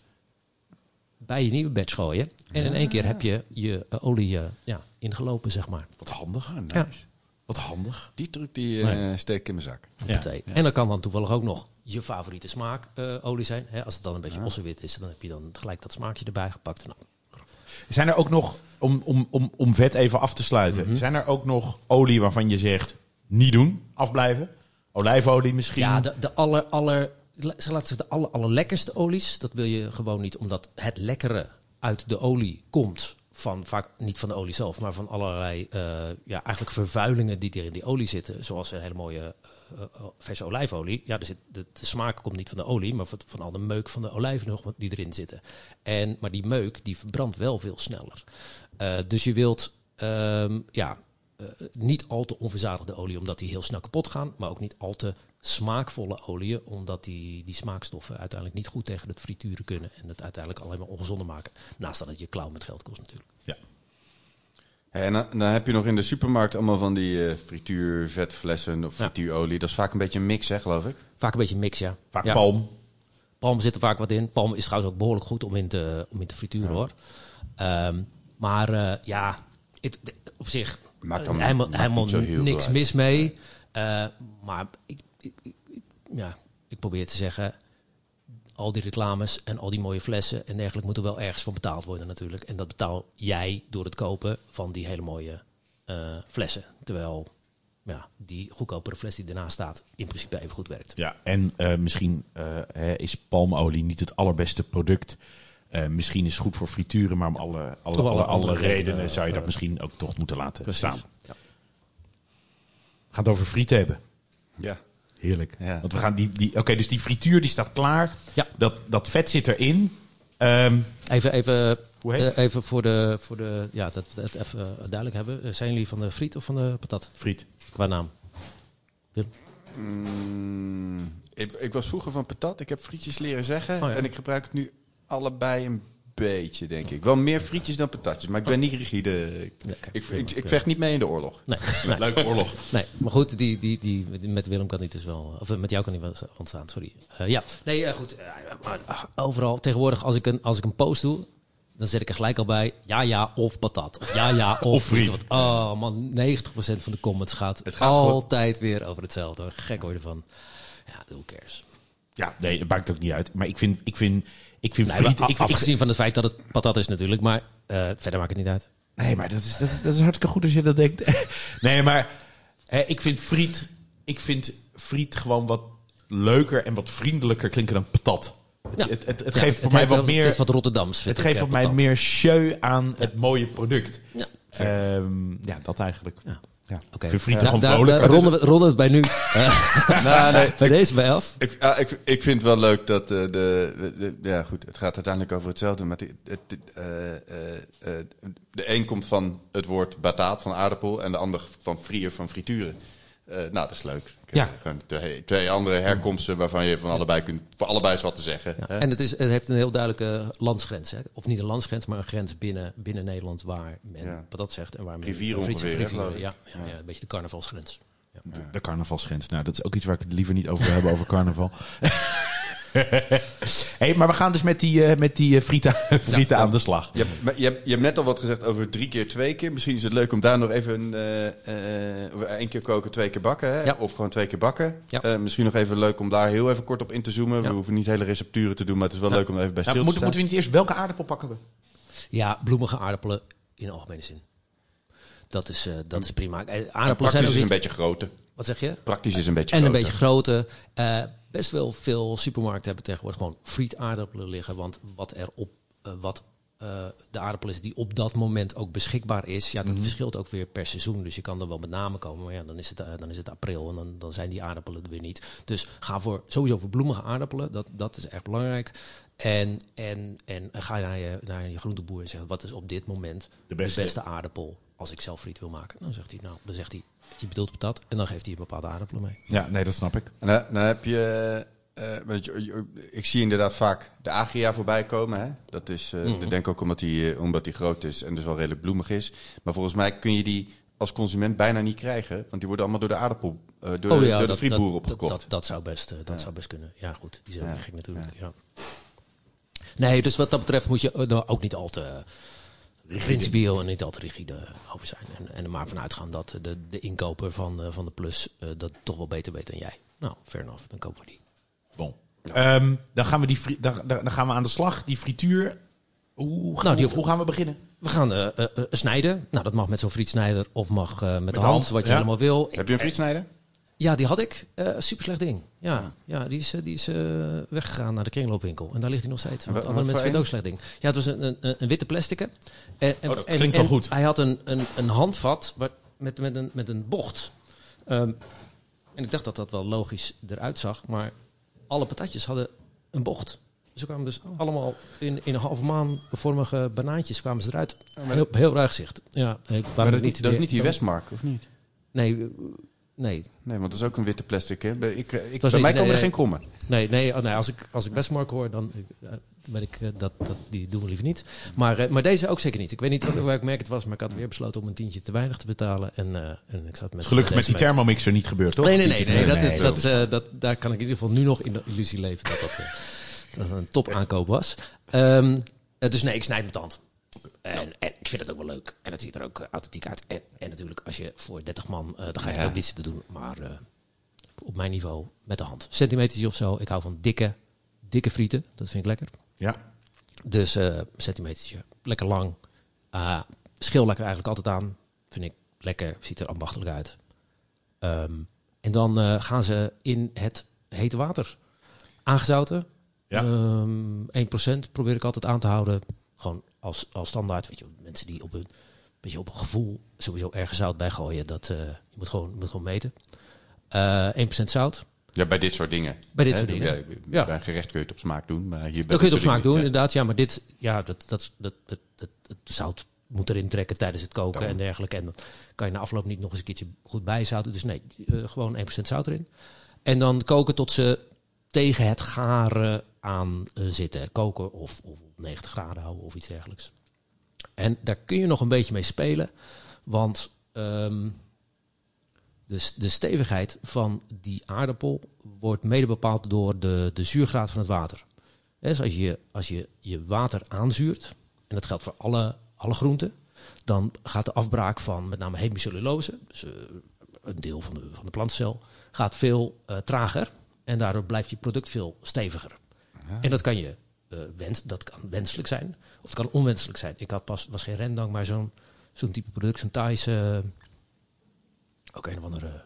Speaker 4: bij je nieuwe batch gooien. En in één keer heb je je uh, olie uh, ja, ingelopen, zeg maar.
Speaker 3: Wat handig.
Speaker 2: Ah, nice.
Speaker 4: Ja.
Speaker 3: Wat handig.
Speaker 2: Die truc die uh,
Speaker 4: Nee.
Speaker 2: steek ik in mijn zak.
Speaker 3: Ja.
Speaker 4: Thee. En dan kan dan toevallig ook nog je favoriete smaak uh, olie zijn. Hè, als het dan een beetje ossewit is, dan heb je dan gelijk dat smaakje erbij gepakt. Nou,
Speaker 3: Zijn er ook nog, om, om, om, om vet even af te sluiten,
Speaker 4: Mhm.
Speaker 3: zijn er ook nog olie waarvan je zegt, niet doen, afblijven? Olijfolie misschien?
Speaker 4: ja, de, de aller, aller, laten we de aller, allerlekkerste olies, dat wil je gewoon niet, omdat het lekkere uit de olie komt. Van, vaak niet van de olie zelf, maar van allerlei uh, ja, eigenlijk vervuilingen die er in die olie zitten. Zoals een hele mooie uh, uh, verse olijfolie. Ja, er zit, de, de smaak komt niet van de olie, maar van, van al de meuk van de olijven nog die erin zitten. En, maar die meuk die verbrandt wel veel sneller. Uh, dus je wilt um, ja, uh, niet al te onverzadigde olie, omdat die heel snel kapot gaan. Maar ook niet al te smaakvolle oliën, omdat die, die smaakstoffen uiteindelijk niet goed tegen het frituren kunnen. En het uiteindelijk alleen maar ongezonder maken. Naast dat het je klauw met geld kost natuurlijk.
Speaker 3: Ja.
Speaker 2: En dan, dan heb je nog in de supermarkt allemaal van die uh, frituurvetflessen of
Speaker 4: Ja.
Speaker 2: frituurolie. Dat is vaak een beetje een mix, hè, geloof ik.
Speaker 4: Vaak een beetje mix, ja.
Speaker 3: Vaak
Speaker 4: ja.
Speaker 3: palm.
Speaker 4: palm zit er vaak wat in. Palm is trouwens ook behoorlijk goed om in te, om in te frituren, ja. hoor. Um, maar uh, ja, het, op zich
Speaker 2: Maakt dan,
Speaker 4: helemaal,
Speaker 2: maakt
Speaker 4: helemaal
Speaker 2: niet zo heel
Speaker 4: niks
Speaker 2: veel
Speaker 4: mis mee. Uh, maar ik, ik, ik, ja, ik probeer te zeggen, al die reclames en al die mooie flessen en dergelijke moeten wel ergens van betaald worden natuurlijk. En dat betaal jij door het kopen van die hele mooie uh, flessen. Terwijl ja, die goedkopere fles die ernaast staat in principe even goed werkt.
Speaker 3: Ja, en uh, misschien uh, hè, is palmolie niet het allerbeste product. Uh, misschien is het goed voor frituren, maar om alle, alle, alle, alle, alle redenen uh, zou je dat uh, misschien ook toch moeten laten precies. staan. Ja. We gaan het over frieten hebben.
Speaker 2: Ja.
Speaker 3: Heerlijk.
Speaker 2: Ja.
Speaker 3: Want we gaan die, die, Oké, okay, dus die frituur die staat klaar.
Speaker 4: Ja.
Speaker 3: Dat, dat vet zit erin. Um,
Speaker 4: even, even,
Speaker 3: hoe heet
Speaker 4: uh, even voor de, voor de ja, dat we het even uh, duidelijk hebben. Uh, zijn jullie van de friet of van de patat?
Speaker 3: Friet.
Speaker 4: Qua naam. Willem?
Speaker 2: Mm, ik, ik was vroeger van patat. Ik heb frietjes leren zeggen. Oh, ja. En ik gebruik het nu allebei een beetje, denk ik. Wel meer frietjes dan patatjes. Maar ik ben niet rigide. Ik, ja, kijk, ik, ik, ik vecht niet mee in de oorlog.
Speaker 4: Nee,
Speaker 3: nee. Leuke oorlog.
Speaker 4: Nee, maar goed, die, die, die, met Willem kan niet dus wel... Of met jou kan niet wel ontstaan, sorry. Uh, ja, nee, uh, goed. Uh, maar, uh, overal, tegenwoordig, als ik, een, als ik een post doe... dan zet ik er gelijk al bij... ja, ja, of patat. Of ja, ja, of,
Speaker 3: of friet.
Speaker 4: Want, oh man, negentig procent van de comments gaat,
Speaker 2: het gaat
Speaker 4: altijd goed. Weer over hetzelfde. Gek hoor je ervan. Ja, who cares.
Speaker 3: Ja, nee, dat maakt ook niet uit. Maar ik vind... Ik vind Ik vind
Speaker 4: nee,
Speaker 3: friet...
Speaker 4: af,
Speaker 3: ik,
Speaker 4: afgezien
Speaker 3: ik,
Speaker 4: van het feit dat het patat is natuurlijk. Maar uh, verder maakt het niet uit.
Speaker 3: Nee, maar dat is, dat is, dat is hartstikke goed als je dat denkt. Nee, maar hè, ik vind friet... Ik vind friet gewoon wat leuker en wat vriendelijker klinken dan patat.
Speaker 4: Ja.
Speaker 3: Het, het, het
Speaker 4: ja,
Speaker 3: geeft voor
Speaker 4: het
Speaker 3: mij wat
Speaker 4: wel,
Speaker 3: meer...
Speaker 4: Het is wat Rotterdams.
Speaker 3: Het geeft voor mij meer show aan ja. het mooie product.
Speaker 4: Ja,
Speaker 3: um, ja dat eigenlijk. Ja. Ja.
Speaker 4: Okay.
Speaker 3: Voor frieten
Speaker 4: uh,
Speaker 3: gewoon
Speaker 4: da,
Speaker 3: vrolijk.
Speaker 4: Da, ronden, we, ronden we het bij nu. Uh,
Speaker 2: nou, nee,
Speaker 4: bij
Speaker 2: ik,
Speaker 4: deze bij elf.
Speaker 2: Ik, ja, ik, ik vind het wel leuk dat uh, de, de, de... Ja goed, het gaat uiteindelijk over hetzelfde. Maar het, het, uh, uh, uh, de een komt van het woord bataat, van aardappel. En de ander van frier, van frituren. Uh, nou, dat is leuk.
Speaker 3: Ja.
Speaker 2: Gewoon twee, twee andere herkomsten waarvan je van allebei kunt, voor allebei is wat te zeggen.
Speaker 4: Ja.
Speaker 2: Hè?
Speaker 4: En het, is, het heeft een heel duidelijke landsgrens. Hè? Of niet een landsgrens, maar een grens binnen, binnen Nederland waar men
Speaker 2: ja.
Speaker 4: patat zegt. En waar men
Speaker 2: rivieren
Speaker 4: friet
Speaker 2: ongeveer.
Speaker 4: rivieren. Ja, ja,
Speaker 2: ja.
Speaker 4: ja, een beetje de carnavalsgrens. Ja.
Speaker 3: De, de carnavalsgrens. Nou, dat is ook iets waar ik het liever niet over wil hebben, over carnaval. Hey, maar we gaan dus met die, uh, met die uh, frieten, frieten ja, aan de slag.
Speaker 2: Je hebt, je, hebt, je hebt net al wat gezegd over drie keer, twee keer. Misschien is het leuk om daar nog even uh, uh, één keer koken, twee keer bakken. Hè?
Speaker 4: Ja.
Speaker 2: Of gewoon twee keer bakken.
Speaker 4: Ja.
Speaker 2: Uh, misschien nog even leuk om daar heel even kort op in te zoomen. Ja. We hoeven niet hele recepturen te doen, maar het is wel ja. leuk om er even bij stil
Speaker 3: ja,
Speaker 2: te
Speaker 3: moeten,
Speaker 2: staan.
Speaker 3: Moeten we niet eerst welke aardappel pakken we?
Speaker 4: Ja, bloemige aardappelen in de algemene zin. Dat is, uh, dat is prima. Aardappelen
Speaker 2: ja, praktisch
Speaker 4: zijn
Speaker 2: is
Speaker 4: niet...
Speaker 2: een beetje grote.
Speaker 4: Wat zeg je?
Speaker 2: Praktisch is een beetje
Speaker 4: en
Speaker 2: grote.
Speaker 4: En een beetje grote. Uh, best wel veel supermarkten hebben tegenwoordig gewoon frietaardappelen liggen. Want wat er op uh, wat uh, de aardappel is die op dat moment ook beschikbaar is, ja, dat mm-hmm. verschilt ook weer per seizoen. Dus je kan er wel met name komen, maar ja, dan is het, uh, dan is het april en dan, dan zijn die aardappelen er weer niet. Dus ga voor sowieso voor bloemige aardappelen. Dat, dat is echt belangrijk. En, en, en ga naar je, naar je groenteboer en zeg, wat is op dit moment de beste, de beste aardappel als ik zelf friet wil maken? Dan zegt hij, nou, dan zegt hij, je bedoelt patat. En dan geeft hij een bepaalde aardappelen mee.
Speaker 3: Ja, nee, dat snap ik.
Speaker 2: En dan, dan heb je, uh, weet je, ik zie inderdaad vaak de Agria voorbij komen. Hè? Dat is, uh, mm-hmm. ik denk ook omdat die, uh, omdat die groot is en dus wel redelijk bloemig is. Maar volgens mij kun je die als consument bijna niet krijgen. Want die worden allemaal door de aardappel, uh, door,
Speaker 4: oh,
Speaker 2: de,
Speaker 4: ja,
Speaker 2: door
Speaker 4: dat,
Speaker 2: de frietboeren
Speaker 4: dat,
Speaker 2: opgekocht.
Speaker 4: Dat, dat, dat, zou best, uh, dat ja. zou best kunnen. Ja, goed. Die zijn ook
Speaker 2: ja.
Speaker 4: niet gek natuurlijk.
Speaker 2: Ja.
Speaker 4: Ja. Nee, dus wat dat betreft moet je uh, ook niet al te principieel en niet al te rigide over zijn. En, en er maar vanuit gaan dat de, de inkoper van, uh, van de Plus uh, dat toch wel beter weet dan jij. Nou, fair enough. Dan kopen we die.
Speaker 3: Bon. Ja. Um, dan, gaan we die fri- dan, dan gaan we aan de slag. Die frituur. Hoe, gaan, nou, die, hoe, hoe gaan we beginnen?
Speaker 4: We gaan uh, uh, uh, snijden. Nou, dat mag met zo'n frietsnijder of mag uh, met, met de hand, hand, wat je
Speaker 3: ja.
Speaker 4: helemaal wil.
Speaker 2: Heb je een frietsnijder?
Speaker 4: Ja, die had ik. Uh, super slecht ding. Ja, ja die is, die is uh, weggegaan naar de kringloopwinkel. En daar ligt hij nog steeds. Want wat, andere mensen vinden ook slecht ding. Ja, het was een, een, een witte plastic. En,
Speaker 3: oh, dat klinkt
Speaker 4: en,
Speaker 3: wel goed.
Speaker 4: Hij had een, een, een handvat waar, met, met, een, met een bocht. Um, en ik dacht dat dat wel logisch eruit zag. Maar alle patatjes hadden een bocht. Ze kwamen dus oh. allemaal in, in een halve maanvormige banaantjes kwamen ze eruit. Oh, heel, heel raar gezicht. Ja, ik
Speaker 2: maar dat is niet, dat is niet die Westmark, of niet?
Speaker 4: Nee, uh, Nee.
Speaker 2: Nee, want dat is ook een witte plastic. Hè? Ik, ik, bij
Speaker 4: niet,
Speaker 2: mij komen
Speaker 4: nee,
Speaker 2: er
Speaker 4: nee,
Speaker 2: geen krommen.
Speaker 4: Nee, nee, oh, nee als, ik, als ik Westmark hoor, dan uh, weet ik uh, dat, dat die doen we liever niet. Maar, uh, maar deze ook zeker niet. Ik weet niet welk merk het was, maar ik had weer besloten om een tientje te weinig te betalen. En, uh, en ik zat met
Speaker 3: gelukkig met die mee. Thermomixer niet gebeurd, toch?
Speaker 4: Nee, nee, nee. nee, nee dat is, dat, uh, dat, daar kan ik in ieder geval nu nog in de illusie leven dat dat, uh, dat het een top aankoop was. Um, dus nee, ik snijd mijn tand. En, en ik vind het ook wel leuk. En het ziet er ook uh, authentiek uit. En, en natuurlijk, als je voor dertig man, uh, dan ga je
Speaker 2: Ja.
Speaker 4: het ook niet zitten doen. Maar uh, op mijn niveau met de hand. Centimetertje of zo. Ik hou van dikke, dikke frieten. Dat vind ik lekker.
Speaker 3: Ja.
Speaker 4: Dus uh, centimetertje. Lekker lang. Uh, schil lekker eigenlijk altijd aan. Vind ik lekker. Ziet er ambachtelijk uit. Um, en dan uh, gaan ze in het hete water. Aangezouten.
Speaker 3: Ja.
Speaker 4: Um, één procent probeer ik altijd aan te houden. Gewoon als, als standaard. Weet je, mensen die op een beetje op een gevoel sowieso ergens zout bij gooien. Dat, uh, je moet gewoon, moet gewoon meten. Uh, één procent zout.
Speaker 2: Ja, bij dit soort dingen.
Speaker 4: Bij dit
Speaker 2: Hè,
Speaker 4: soort dingen.
Speaker 2: Ja,
Speaker 4: ja.
Speaker 2: Bij een gerecht kun je het op smaak doen. Maar hier bij
Speaker 4: Dat kun je
Speaker 2: dit
Speaker 4: het op
Speaker 2: soort
Speaker 4: smaak doen,
Speaker 2: dingen-
Speaker 4: inderdaad. Ja, maar dit, ja, dat, dat, dat, dat, dat, dat zout moet erin trekken tijdens het koken en dergelijke. En dan kan je na afloop niet nog eens een keertje goed bijzouten. Dus nee, uh, gewoon één procent zout erin. En dan koken tot ze tegen het garen aan uh, zitten. Koken of, of op negentig graden houden of iets dergelijks. En daar kun je nog een beetje mee spelen. Want um, de, de stevigheid van die aardappel wordt mede bepaald door de, de zuurgraad van het water. Dus als je, als je je water aanzuurt, en dat geldt voor alle, alle groenten, dan gaat de afbraak van met name hemicellulose, dus uh, een deel van de, van de plantcel, gaat veel uh, trager. En daardoor blijft je product veel steviger. Ja. En dat kan je uh, wens, dat kan wenselijk zijn, of het kan onwenselijk zijn. Ik had pas, was geen rendang, maar zo'n zo'n type product, zo'n Thaise, uh, ook een of andere,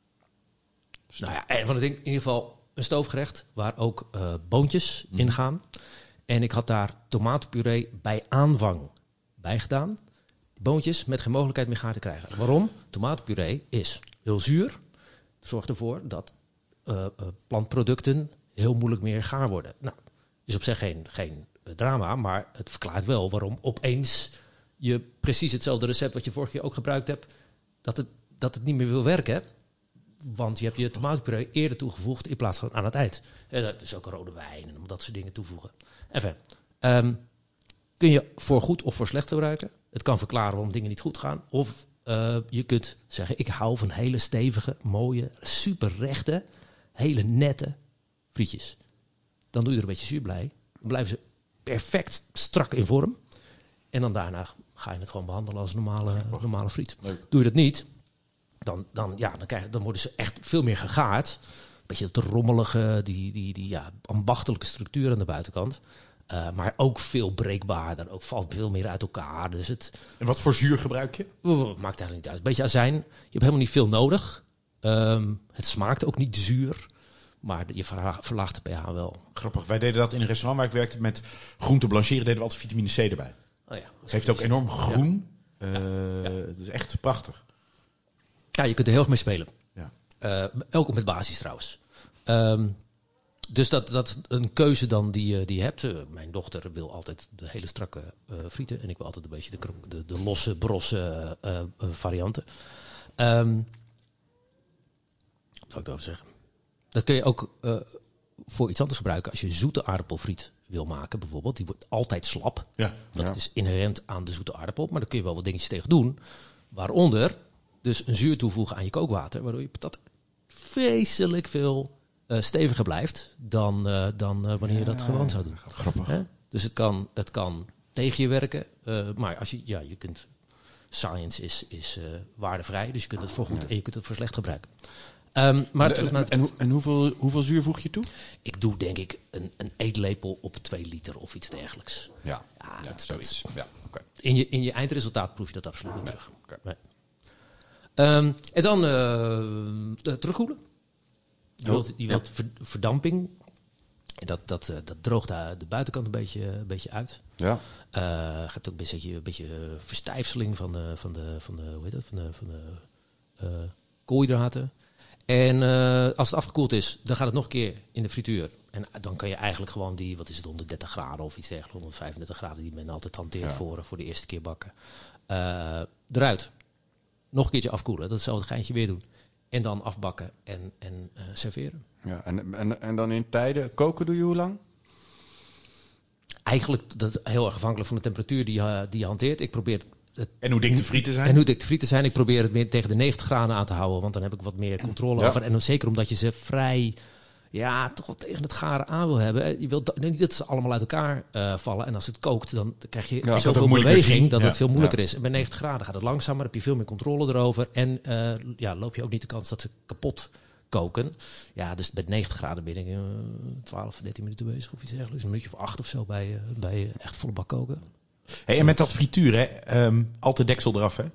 Speaker 4: nou ja, een van de dingen, in ieder geval een stoofgerecht waar ook uh, boontjes mm. in gaan. En ik had daar tomatenpuree bij aanvang bij gedaan. Boontjes met geen mogelijkheid meer gaar te krijgen. Waarom? Tomatenpuree is heel zuur. Zorgt ervoor dat uh, uh, plantproducten heel moeilijk meer gaar worden. Nou, is op zich geen, geen uh, drama, maar het verklaart wel waarom opeens je precies hetzelfde recept wat je vorige keer ook gebruikt hebt, dat het, dat het niet meer wil werken. Want je hebt je tomatenpuree eerder toegevoegd in plaats van aan het eind. En dat is ook rode wijn en om dat soort dingen toevoegen. Enfin, um, kun je voor goed of voor slecht gebruiken. Het kan verklaren waarom dingen niet goed gaan. Of uh, je kunt zeggen, ik hou van hele stevige, mooie, super rechte, hele nette frietjes. Dan doe je er een beetje zuur bij. Dan blijven ze perfect strak in vorm. En dan daarna ga je het gewoon behandelen als een normale, normale friet. Leuk. Doe je dat niet, dan, dan, ja, dan, krijg je, dan worden ze echt veel meer gegaard. Een beetje te rommelige, die, die, die ja, ambachtelijke structuur aan de buitenkant. Uh, maar ook veel breekbaarder. Ook valt veel meer uit elkaar. Dus het,
Speaker 3: en wat voor zuur gebruik je?
Speaker 4: Uh, maakt eigenlijk niet uit. Een beetje azijn. Je hebt helemaal niet veel nodig. Um, het smaakt ook niet zuur. Maar je verlaagt de pH wel.
Speaker 3: Grappig. Wij deden dat in een restaurant waar ik werkte met groente blancheren. Deden we altijd vitamine C erbij.
Speaker 4: Oh ja,
Speaker 3: het heeft ook enorm groen.
Speaker 4: Ja.
Speaker 3: Uh, ja. Ja. Het is echt prachtig.
Speaker 4: Ja, je kunt er heel erg mee spelen.
Speaker 3: Ja.
Speaker 4: Uh, ook met basis trouwens. Um, dus dat, dat is een keuze dan die, die je hebt. Uh, mijn dochter wil altijd de hele strakke uh, frieten. En ik wil altijd een beetje de, de, de losse, brosse uh, uh, varianten. Um, wat zou ik daarover zeggen? Dat kun je ook uh, voor iets anders gebruiken. Als je zoete aardappelfriet wil maken bijvoorbeeld. Die wordt altijd slap.
Speaker 3: Ja.
Speaker 4: Dat
Speaker 2: ja.
Speaker 4: is inherent aan de zoete aardappel. Maar daar kun je wel wat dingetjes tegen doen. Waaronder dus een zuur toevoegen aan je kookwater. Waardoor je patat vreselijk veel uh, steviger blijft dan, uh, dan uh, wanneer ja, je dat gewoon zou doen.
Speaker 3: Grappig.
Speaker 4: Hè? Dus het kan, het kan tegen je werken. Uh, maar als je, ja, je kunt, science is, is uh, waardevrij. Dus je kunt het voor goed ja. en je kunt het voor slecht gebruiken. Um, maar
Speaker 2: en, en, en, en hoeveel, hoeveel zuur voeg je toe?
Speaker 4: Ik doe denk ik een, een eetlepel op twee liter of iets dergelijks.
Speaker 2: Ja,
Speaker 4: ja,
Speaker 2: ja
Speaker 4: dat,
Speaker 2: zoiets. Ja, okay.
Speaker 4: in, je, in je eindresultaat proef je dat absoluut niet
Speaker 2: nee.
Speaker 4: terug.
Speaker 2: Okay.
Speaker 4: Nee. Um, en dan uh, terugkoelen. Je wilt, je wilt ja. verdamping. En dat, dat, uh, dat droogt de, de buitenkant een beetje, een beetje uit.
Speaker 2: Ja.
Speaker 4: Uh, je hebt ook een beetje, een beetje verstijfseling van de, van de, van de, hoe heet dat? Van de, van de uh, koolhydraten. En uh, als het afgekoeld is, dan gaat het nog een keer in de frituur. En dan kan je eigenlijk gewoon die, wat is het, honderddertig graden of iets dergelijks, honderdvijfendertig graden die men altijd hanteert ja. voor, voor de eerste keer bakken. Uh, eruit. Nog een keertje afkoelen, datzelfde geintje weer doen. En dan afbakken en, en uh, serveren.
Speaker 2: Ja, en, en, en dan in tijden, koken doe je hoe lang?
Speaker 4: Eigenlijk dat is heel erg afhankelijk van de temperatuur die, uh, die je hanteert. Ik probeer het,
Speaker 3: en hoe dik de frieten zijn?
Speaker 4: En hoe dik de frieten zijn. Ik probeer het meer tegen de negentig graden aan te houden, want dan heb ik wat meer controle ja. over. En dan zeker omdat je ze vrij, ja, toch wel tegen het garen aan wil hebben. Je wilt niet dat ze allemaal uit elkaar uh, vallen. En als het kookt, dan krijg je
Speaker 2: Ja,
Speaker 4: zoveel beweging
Speaker 3: zien.
Speaker 4: dat
Speaker 3: Ja.
Speaker 4: het veel moeilijker
Speaker 2: Ja.
Speaker 4: is. En bij negentig graden gaat het langzamer, heb je veel meer controle erover. En uh, ja, loop je ook niet de kans dat ze kapot koken. Ja, dus bij negentig graden ben ik uh, twaalf, dertien minuten bezig of iets dergelijks. Een minuutje of acht of zo bij, uh, bij uh, echt volle bak koken.
Speaker 3: Hey, en met dat frituur, hè? Um, altijd deksel eraf, hè?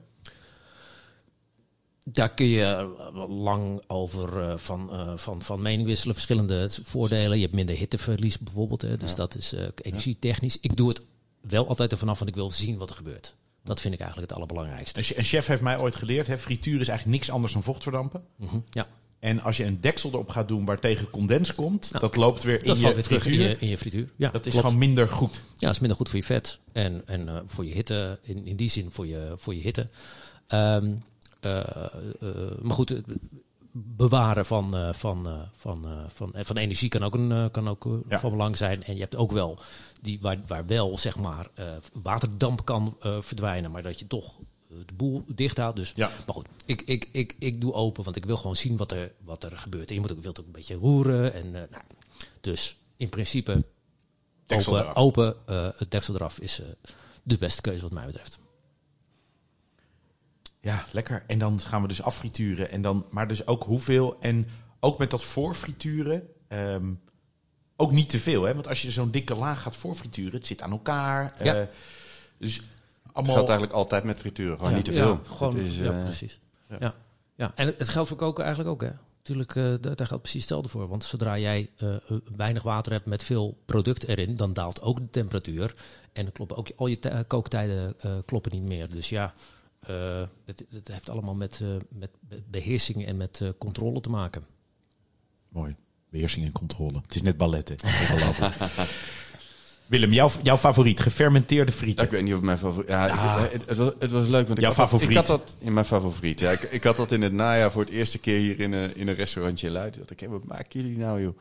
Speaker 4: Daar kun je lang over uh, van, uh, van, van mening wisselen. Verschillende voordelen. Je hebt minder hitteverlies bijvoorbeeld. Hè. Dus ja. dat is uh, energietechnisch. Ik doe het wel altijd ervan af, want ik wil zien wat er gebeurt. Dat vind ik eigenlijk het allerbelangrijkste.
Speaker 3: Een chef heeft mij ooit geleerd, hè, frituur is eigenlijk niks anders dan vochtverdampen.
Speaker 4: Mm-hmm, ja.
Speaker 3: En als je een deksel erop gaat doen waar tegen condens komt,
Speaker 4: Ja.
Speaker 3: dat loopt weer in
Speaker 4: dat
Speaker 3: je
Speaker 4: valt weer
Speaker 3: frituur.
Speaker 4: terug in je, in je frituur. Ja,
Speaker 3: dat is
Speaker 4: klopt.
Speaker 3: gewoon minder goed.
Speaker 4: Ja, dat is minder goed voor je vet. En, en uh, voor je hitte, in, in die zin voor je, voor je hitte. Um, uh, uh, maar goed, uh, bewaren van, uh, van, uh, van, uh, van, uh, van energie kan ook, een, uh, kan ook uh, ja. van belang zijn. En je hebt ook wel, die, waar, waar wel zeg maar uh, waterdamp kan uh, verdwijnen, maar dat je toch de boel dicht houdt. Dus,
Speaker 3: ja.
Speaker 4: Maar goed, ik, ik, ik, ik doe open, want ik wil gewoon zien wat er, wat er gebeurt. En je moet ook, wilt ook een beetje roeren. En, uh, nou, dus in principe
Speaker 3: deksel
Speaker 4: open,
Speaker 3: eraf.
Speaker 4: open uh, het deksel eraf is uh, de beste keuze wat mij betreft.
Speaker 3: Ja, lekker. En dan gaan we dus affrituren. En dan, maar dus ook hoeveel. En ook met dat voorfrituren. Um, ook niet te veel. Hè? Want als je zo'n dikke laag gaat voorfrituren, het zit aan elkaar.
Speaker 4: Ja.
Speaker 3: Uh, dus allemaal...
Speaker 2: Het geldt eigenlijk altijd met frituren. Gewoon
Speaker 4: ja,
Speaker 2: niet te veel.
Speaker 4: Ja, gewoon,
Speaker 2: is, uh...
Speaker 4: ja precies. Ja. Ja. Ja. En het geldt voor koken eigenlijk ook. Hè? Natuurlijk, uh, daar geldt precies hetzelfde voor. Want zodra jij uh, weinig water hebt met veel product erin, dan daalt ook de temperatuur. En dan kloppen ook al je t- kooktijden uh, kloppen niet meer. Dus ja... Uh, het, het heeft allemaal met, uh, met beheersing en met uh, controle te maken.
Speaker 3: Mooi. Beheersing en controle. Het is net ballet, hè? Willem, jouw, jouw favoriet, gefermenteerde frieten.
Speaker 2: Ja, ik weet niet of mijn favoriet... Ja,
Speaker 3: ah.
Speaker 2: ik, het, het, was, het was leuk. Want
Speaker 3: jouw
Speaker 2: ik had
Speaker 3: favoriet?
Speaker 2: Dat, ik had dat in mijn favoriet. Ja, ik, ik had dat in het najaar voor het eerste keer hier in een, in een restaurantje in Leiden. Dat ik, hey, wat maken jullie nou, joh?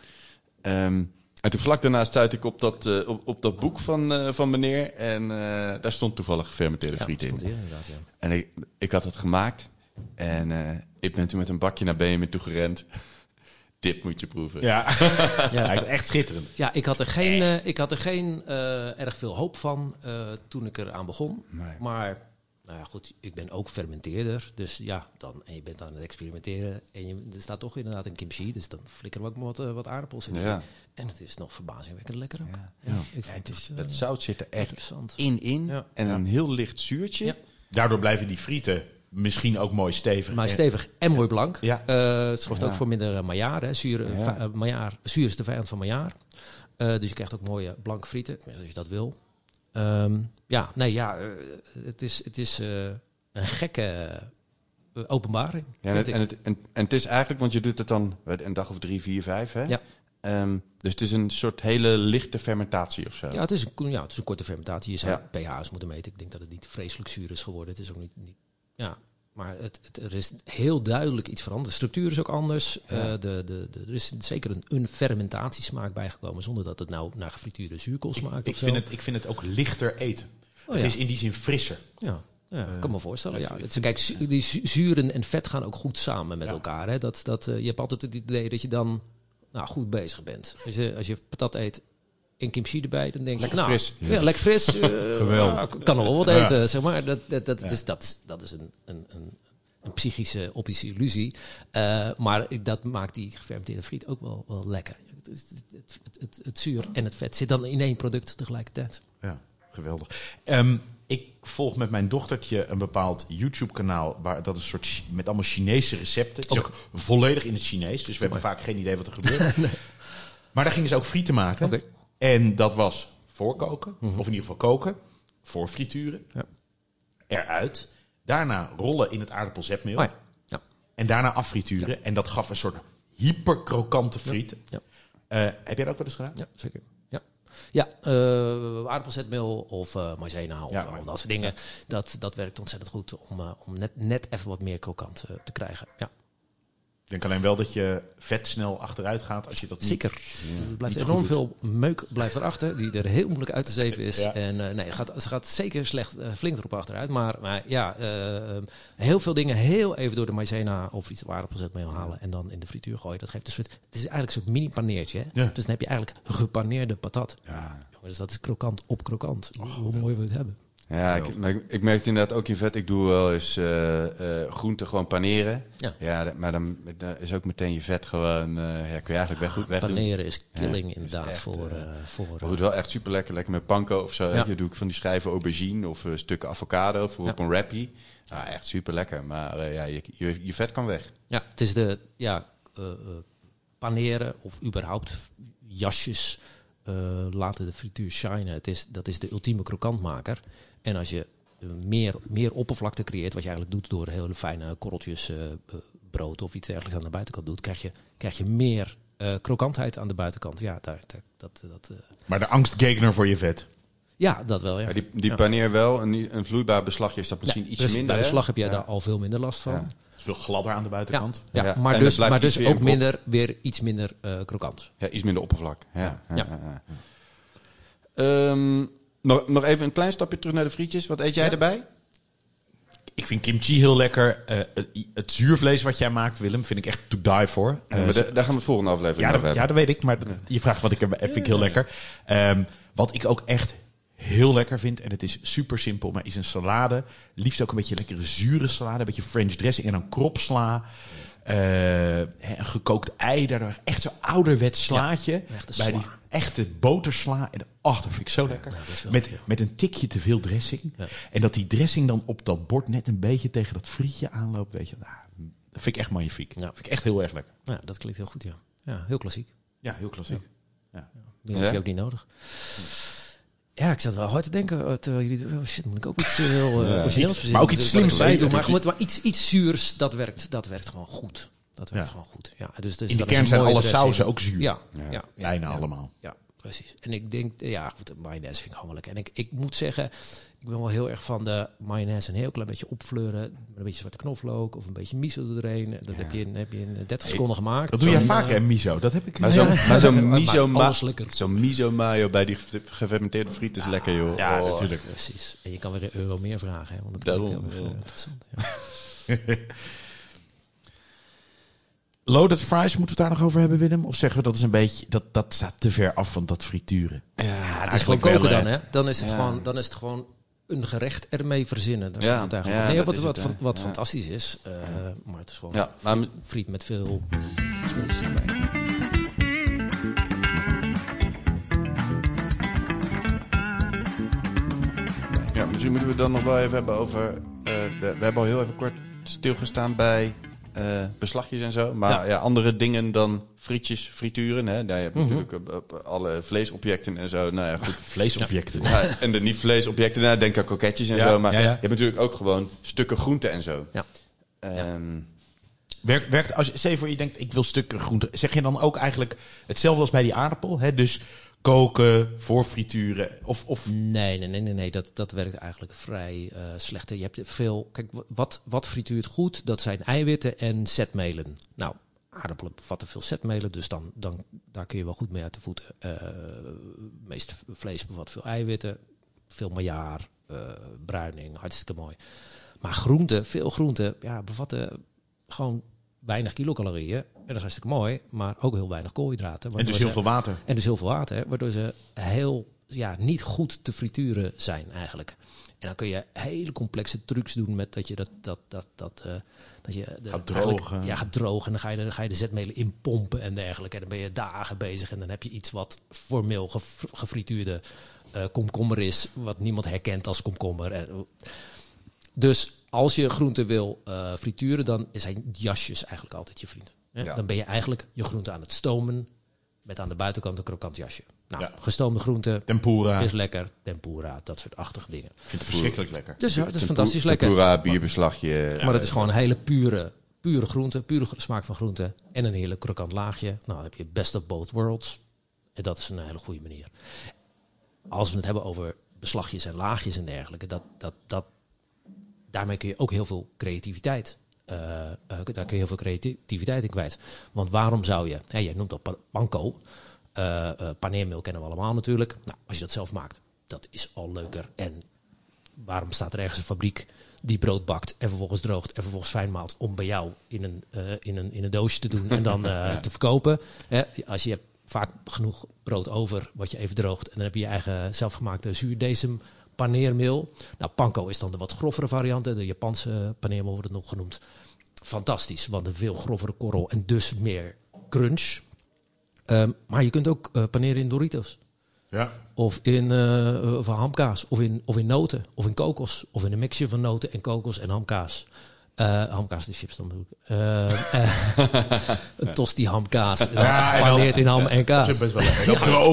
Speaker 2: Um, en toen vlak daarna stuitte ik op dat, uh, op, op dat boek van, uh, van meneer. En uh, daar stond toevallig gefermenteerde
Speaker 4: ja,
Speaker 2: frieten in.
Speaker 4: Hier, inderdaad, ja.
Speaker 2: En ik, ik had het gemaakt. En uh, ik ben toen met een bakje naar Benjamin toe gerend. Dit moet je proeven.
Speaker 3: Ja,
Speaker 4: ja.
Speaker 3: echt schitterend.
Speaker 4: Ja, ik had er geen, uh, ik had er geen uh, erg veel hoop van uh, toen ik eraan begon.
Speaker 2: Nee.
Speaker 4: Maar... Nou ja, goed, ik ben ook fermenteerder. Dus ja, dan, en je bent aan het experimenteren. En je, er staat toch inderdaad een kimchi. Dus dan flikkeren we ook wat, uh, wat aardappels in.
Speaker 2: Ja.
Speaker 4: En het is nog verbazingwekkend lekker ook.
Speaker 2: Ja.
Speaker 4: Ja,
Speaker 2: Ja.
Speaker 4: ik
Speaker 2: Ja,
Speaker 4: vond
Speaker 2: het, is,
Speaker 4: het,
Speaker 2: het
Speaker 4: uh,
Speaker 2: zout zit er echt
Speaker 4: interessant.
Speaker 2: in in.
Speaker 4: Ja.
Speaker 2: En
Speaker 3: Ja.
Speaker 2: een heel licht zuurtje.
Speaker 4: Ja.
Speaker 3: Daardoor blijven die frieten misschien ook mooi stevig.
Speaker 4: Maar stevig en mooi blank.
Speaker 3: Ja.
Speaker 4: Uh, het zorgt
Speaker 2: Ja.
Speaker 4: ook voor minder uh, maillard. Hè. Zuur, uh,
Speaker 2: Ja.
Speaker 4: va- uh, maillard. Zuur is de vijand van maillard. Uh, dus je krijgt ook mooie blanke frieten. Als je dat wil. Um, ja, nee, ja. Uh, het is... Het is uh, een gekke uh, openbaring.
Speaker 2: Ja, en, het, en, het, en, en het is eigenlijk, want je doet het dan een dag of drie, vier, vijf, hè?
Speaker 4: Ja.
Speaker 2: Um, dus het is een soort hele lichte fermentatie of zo.
Speaker 4: Ja, het is een, ja, het is een korte fermentatie. Je zou
Speaker 2: Ja.
Speaker 4: pH's moeten meten. Ik denk dat het niet vreselijk zuur is geworden. Het is ook niet... niet ja, maar het, het, er is heel duidelijk iets veranderd. De structuur is ook anders.
Speaker 2: Ja.
Speaker 4: Uh, de, de, de, er is zeker een, een fermentatiesmaak bijgekomen, zonder dat het nou naar gefrituurde zuurkool smaakt.
Speaker 3: Ik,
Speaker 4: of
Speaker 3: vind
Speaker 4: zo.
Speaker 3: het, ik vind het ook lichter eten.
Speaker 4: Oh,
Speaker 3: het
Speaker 4: ja.
Speaker 3: is in die zin frisser.
Speaker 4: Ja. Ja, ik kan me voorstellen.
Speaker 3: ja,
Speaker 4: Ja.
Speaker 3: ik
Speaker 4: Het,
Speaker 3: vind
Speaker 4: kijk, zu- die zu- zuren en vet gaan ook goed samen met
Speaker 3: Ja.
Speaker 4: elkaar. Hè? Dat, dat, uh, je hebt altijd het idee dat je dan nou, goed bezig bent. Als je, als je patat eet en kimchi erbij, dan denk je...
Speaker 2: Lekker
Speaker 4: nou,
Speaker 2: fris.
Speaker 4: Ja, lekker fris. Uh,
Speaker 3: Geweldig.
Speaker 4: ja, ik kan nog wel wat
Speaker 3: Ja.
Speaker 4: eten, zeg maar. Dat, dat, dat,
Speaker 3: Ja.
Speaker 4: dus dat, is, dat is een, een, een, een psychische, optische illusie. Uh, maar dat maakt die gefermenteerde friet ook wel, wel lekker. Het, het, het, het, het, het zuur en het vet zit dan in één product tegelijkertijd.
Speaker 3: Ja, geweldig. Um, ik volg met mijn dochtertje een bepaald YouTube-kanaal. Waar dat is een soort Chi- met allemaal Chinese recepten. Het is ook volledig in het Chinees. Dus we hebben vaak geen idee wat er gebeurt. Nee. Maar daar gingen ze ook frieten maken.
Speaker 4: Okay.
Speaker 3: En dat was voorkoken. Mm-hmm. Of in ieder geval koken. Voor frituren.
Speaker 4: Ja.
Speaker 3: Eruit. Daarna rollen in het aardappelzetmeel.
Speaker 4: Oh ja. Ja.
Speaker 3: En daarna affrituren. Ja. En dat gaf een soort hyperkrokante frieten.
Speaker 4: Ja.
Speaker 3: Ja. Uh, heb jij dat ook wel eens gedaan?
Speaker 4: Ja, zeker. Ja, ja uh, aardappelzetmeel of uh, maizena of
Speaker 3: ja,
Speaker 4: uh, dat soort dingen. Ja. Dat, dat werkt ontzettend goed om, uh, om net, net even wat meer krokant uh, te krijgen. Ja.
Speaker 3: Ik denk alleen wel dat je vet snel achteruit gaat als je dat niet...
Speaker 4: Zeker. Er blijft
Speaker 3: niet
Speaker 4: enorm
Speaker 3: goed
Speaker 4: veel meuk blijft erachter, die er heel moeilijk uit te zeven is.
Speaker 3: Ja.
Speaker 4: En uh, nee, het gaat, het gaat zeker slecht, uh, flink erop achteruit. Maar, maar ja, uh, heel veel dingen heel even door de maïzena of iets aardappelzetmeel halen en dan in de frituur gooien. Dat geeft een soort, het is eigenlijk een soort mini paneertje. Hè?
Speaker 3: Ja.
Speaker 4: Dus dan heb je eigenlijk gepaneerde patat.
Speaker 3: Ja.
Speaker 4: Jongens, dat is krokant op krokant. Oh, hoe mooi wil je het hebben?
Speaker 2: Ja, ik, maar ik, ik merk het inderdaad ook in vet. Ik doe wel eens uh, uh, groenten gewoon paneren.
Speaker 4: Ja.
Speaker 2: Ja, dat- maar dan, dan is ook meteen je vet gewoon... Uh, ja, kun je eigenlijk weg, goed wegdoen.
Speaker 4: Paneren is killing
Speaker 2: Ja,
Speaker 4: inderdaad
Speaker 2: echt,
Speaker 4: voor...
Speaker 2: uh,
Speaker 4: Uh, voor
Speaker 2: Maar goed, wel echt super lekker. Lekker met panko of zo.
Speaker 4: Ja.
Speaker 2: Ja. doe ik van die schijven aubergine of uh, stukken avocado voor
Speaker 4: Ja.
Speaker 2: op een wrappie. Ja, echt super lekker. Maar uh, ja, je, je, je vet kan weg.
Speaker 4: Ja, het is de ja, uh, uh, paneren of überhaupt jasjes uh, laten de frituur shinen. Het is, dat is de ultieme krokantmaker. En als je uh, meer, meer oppervlakte creëert, wat je eigenlijk doet door hele fijne korreltjes uh, uh, brood of iets dergelijks aan de buitenkant doet, krijg je, krijg je meer uh, krokantheid aan de buitenkant. Ja, daar, daar, dat, dat, uh,
Speaker 3: Maar de angstgegner voor je vet.
Speaker 4: ja dat wel. Ja.
Speaker 2: Ja, die die
Speaker 3: Ja.
Speaker 2: paneer wel. Een, een vloeibaar beslagje is dat misschien
Speaker 4: Ja,
Speaker 2: iets
Speaker 4: dus
Speaker 2: minder.
Speaker 4: bij de
Speaker 2: hè?
Speaker 4: slag heb je
Speaker 2: Ja.
Speaker 4: daar al veel minder last van.
Speaker 2: Ja.
Speaker 3: Het is veel gladder aan de buitenkant.
Speaker 4: Ja,
Speaker 2: Ja,
Speaker 4: maar
Speaker 2: en
Speaker 4: dus,
Speaker 2: het blijft
Speaker 4: maar dus
Speaker 2: iets weer
Speaker 4: ook
Speaker 2: een
Speaker 4: minder, weer iets minder uh, krokant.
Speaker 2: Ja, iets minder oppervlak. Ja,
Speaker 4: Ja.
Speaker 2: ja.
Speaker 4: Ja.
Speaker 2: ja, ja. Ehm, nog, nog even een klein stapje terug naar de frietjes. Wat eet jij
Speaker 4: Ja.
Speaker 2: erbij?
Speaker 3: Ik vind kimchi heel lekker. Uh, het, het zuurvlees wat jij maakt, Willem, vind ik echt to die for.
Speaker 2: Ja, maar da- daar gaan we het volgende aflevering
Speaker 3: Ja,
Speaker 2: over
Speaker 3: dat, ja,
Speaker 2: hebben.
Speaker 3: dat weet ik. Maar dat- je vraagt wat ik erbij vind ik heel lekker. Um, wat ik ook echt heel lekker vind, en het is super simpel, maar is een salade. Liefst ook een beetje lekkere zure salade. Een beetje French dressing en dan kropsla. Uh, een gekookt ei, daardoor echt zo'n ouderwets slaatje.
Speaker 4: Ja, echte
Speaker 3: bij
Speaker 4: sla.
Speaker 3: die echte botersla. En oh, dat vind ik zo lekker.
Speaker 4: Ja, dat is wel
Speaker 3: met,
Speaker 4: lekker.
Speaker 3: met een tikje te veel dressing.
Speaker 4: Ja.
Speaker 3: En dat die dressing dan op dat bord net een beetje tegen dat frietje aanloopt. Weet je, nou, dat vind ik echt magnifiek.
Speaker 4: Ja.
Speaker 3: Dat vind ik echt heel erg lekker.
Speaker 4: Ja, dat klinkt heel goed, ja. Ja, heel klassiek.
Speaker 3: Ja, heel klassiek.
Speaker 4: Meer
Speaker 2: Ja?
Speaker 4: heb je ook niet nodig. Ja, ik zat wel hard te denken. uh, terwijl jullie, oh shit, moet ik ook iets uh, heel uh,
Speaker 2: Ja.
Speaker 4: origineels verzinnen.
Speaker 3: Maar ook iets
Speaker 4: Wat ik
Speaker 3: slims,
Speaker 4: bij
Speaker 3: hè?
Speaker 4: doe. Maar,
Speaker 3: Dat-
Speaker 4: goed, maar iets, iets zuurs, dat werkt, dat werkt gewoon goed. Dat werkt
Speaker 3: Ja.
Speaker 4: gewoon goed. Ja, dus, dus
Speaker 3: In de
Speaker 4: dat is
Speaker 3: kern
Speaker 4: een
Speaker 3: zijn
Speaker 4: mooie
Speaker 3: alle
Speaker 4: dressing.
Speaker 3: sauzen ook zuur.
Speaker 4: Ja,
Speaker 2: Ja.
Speaker 4: ja, ja,
Speaker 3: Bijna
Speaker 4: ja.
Speaker 3: allemaal.
Speaker 4: Ja, precies. En ik denk, ja goed, de mayonaise vind ik gewoon wel lekker. En ik, ik moet zeggen, ik ben wel heel erg van de mayonaise een heel klein beetje opfleuren. Met een beetje zwarte knoflook of een beetje miso erin. Dat
Speaker 2: Ja.
Speaker 4: heb, je in, heb je in dertig seconden gemaakt.
Speaker 3: Dat doe jij
Speaker 4: Zo'n,
Speaker 3: vaak,
Speaker 4: uh,
Speaker 3: hè, miso? Dat heb ik...
Speaker 2: Maar zo'n maar zo'n
Speaker 4: maakt
Speaker 2: miso, ma-
Speaker 4: alles lekker.
Speaker 2: zo'n miso mayo bij die ge- gefermenteerde friet is lekker, joh.
Speaker 3: Ja,
Speaker 2: Oh.
Speaker 3: natuurlijk.
Speaker 4: Precies. En je kan weer een euro meer vragen, hè, want dat
Speaker 2: Daarom,
Speaker 4: klinkt heel erg
Speaker 2: ja.
Speaker 4: uh, interessant. Ja.
Speaker 3: Loaded fries, moeten we het daar nog over hebben, Willem? Of zeggen we dat is een beetje... Dat, dat staat te ver af van dat frituren.
Speaker 4: Ja, het is gewoon
Speaker 3: eigenlijk
Speaker 4: koken
Speaker 3: wel,
Speaker 4: dan,
Speaker 3: hè?
Speaker 4: hè? Dan is het,
Speaker 2: Ja.
Speaker 4: gewoon, dan is het gewoon een gerecht ermee verzinnen. Daar
Speaker 2: Ja,
Speaker 4: komt het eigenlijk
Speaker 2: ja,
Speaker 4: op neer.
Speaker 2: dat
Speaker 4: Wat,
Speaker 2: is
Speaker 4: wat,
Speaker 2: het,
Speaker 4: wat,
Speaker 2: hè.
Speaker 4: wat
Speaker 2: Ja.
Speaker 4: fantastisch is. Uh, maar het is gewoon
Speaker 2: Ja, maar m-
Speaker 4: friet met veel smoeltjes erbij.
Speaker 2: ja, misschien moeten we het dan nog wel even hebben over... eh, we, we hebben al heel even kort stilgestaan bij eh, beslagjes en zo. Maar ja.
Speaker 4: Ja.
Speaker 2: andere dingen dan frietjes, frituren. Hè? Nou, je hebt
Speaker 4: Mhm.
Speaker 2: natuurlijk op, op alle vleesobjecten en zo. Nou ja, goed.
Speaker 3: Vleesobjecten.
Speaker 2: Ja, en de niet-vleesobjecten, nou, denk aan kroketjes en
Speaker 3: Ja,
Speaker 2: zo. Maar
Speaker 3: ja, ja.
Speaker 2: je hebt natuurlijk ook gewoon stukken groente en zo.
Speaker 4: Ja.
Speaker 2: Ehm,
Speaker 3: Werkt, werkt als je, stel je voor je denkt, ik wil stukken groente. Zeg je dan ook eigenlijk hetzelfde als bij die aardappel? Hè? Dus koken, voor frituren. Of, of
Speaker 4: Nee, nee, nee, nee, nee. Dat, dat werkt eigenlijk vrij uh, slecht. Je hebt veel. Kijk, wat, wat frituurt goed? Dat zijn eiwitten en zetmelen. Nou, aardappelen bevatten veel zetmelen, dus dan, dan daar kun je wel goed mee uit de voeten. Uh, meest vlees bevat veel eiwitten, veel maillard, uh, bruining, hartstikke mooi. Maar groenten, veel groenten, ja, bevatten gewoon weinig kilocalorieën. En dat is hartstikke mooi, maar ook heel weinig koolhydraten.
Speaker 3: en dus
Speaker 4: waardoor
Speaker 3: heel
Speaker 4: ze-
Speaker 3: veel water.
Speaker 4: En dus heel veel water, waardoor ze heel ja, niet goed te frituren zijn eigenlijk. En dan kun je hele complexe trucs doen met dat je dat dat dat dat uh, dat je de,
Speaker 3: Gaat
Speaker 4: eigenlijk-
Speaker 3: drogen.
Speaker 4: Ja, gaat drogen. En dan ga je, dan ga je de zetmelen inpompen en dergelijke. En dan ben je dagen bezig en dan heb je iets wat formeel gef- gefrituurde uh, komkommer is, wat niemand herkent als komkommer. En, dus als je groenten wil uh, frituren, dan zijn jasjes eigenlijk altijd je vriend. Hè?
Speaker 2: Ja.
Speaker 4: Dan ben je eigenlijk je groente aan het stomen met aan de buitenkant een krokant jasje. Nou,
Speaker 3: Ja.
Speaker 4: gestoomde groente
Speaker 3: Tempura.
Speaker 4: is lekker, tempura, dat soort achtige dingen.
Speaker 3: Ik vind het verschrikkelijk lekker.
Speaker 4: Dus ja, het is
Speaker 2: tempo-
Speaker 4: fantastisch lekker.
Speaker 2: Tempura, bierbeslagje.
Speaker 4: Maar het is gewoon een hele pure, pure groente, pure gro- smaak van groente en een heerlijk krokant laagje. Nou, dan heb je best of both worlds. En dat is een hele goede manier. Als we het hebben over beslagjes en laagjes en dergelijke, dat, dat, dat, daarmee kun je ook heel veel creativiteit Uh, uh, daar kun je heel veel creativiteit in kwijt. Want waarom zou je... Hè, jij noemt dat pa- panko. Uh, uh, paneermeel kennen we allemaal natuurlijk. Nou, als je dat zelf maakt, dat is al leuker. En waarom staat er ergens een fabriek die brood bakt en vervolgens droogt en vervolgens fijn maalt om bij jou in een, uh, in een, in een doosje te doen en dan uh, ja. te verkopen? Hè, als je hebt vaak genoeg brood over wat je even droogt en dan heb je je eigen zelfgemaakte zuurdesem paneermeel. Nou, panko is dan de wat grovere variant. De Japanse paneermeel wordt het nog genoemd. Fantastisch, want een veel grovere korrel en dus meer crunch. Um, maar je kunt ook uh, paneren in Doritos.
Speaker 3: Ja.
Speaker 4: Of in uh, of hamkaas, of in, of in noten, of in kokos. Of in een mixje van noten en kokos en hamkaas. Uh, hamkaas, de chips dan bedoel ik. Uh, uh, een tosti hamkaas. Ja, paneert in ham en kaas.
Speaker 3: Dat is best wel lekker. Op de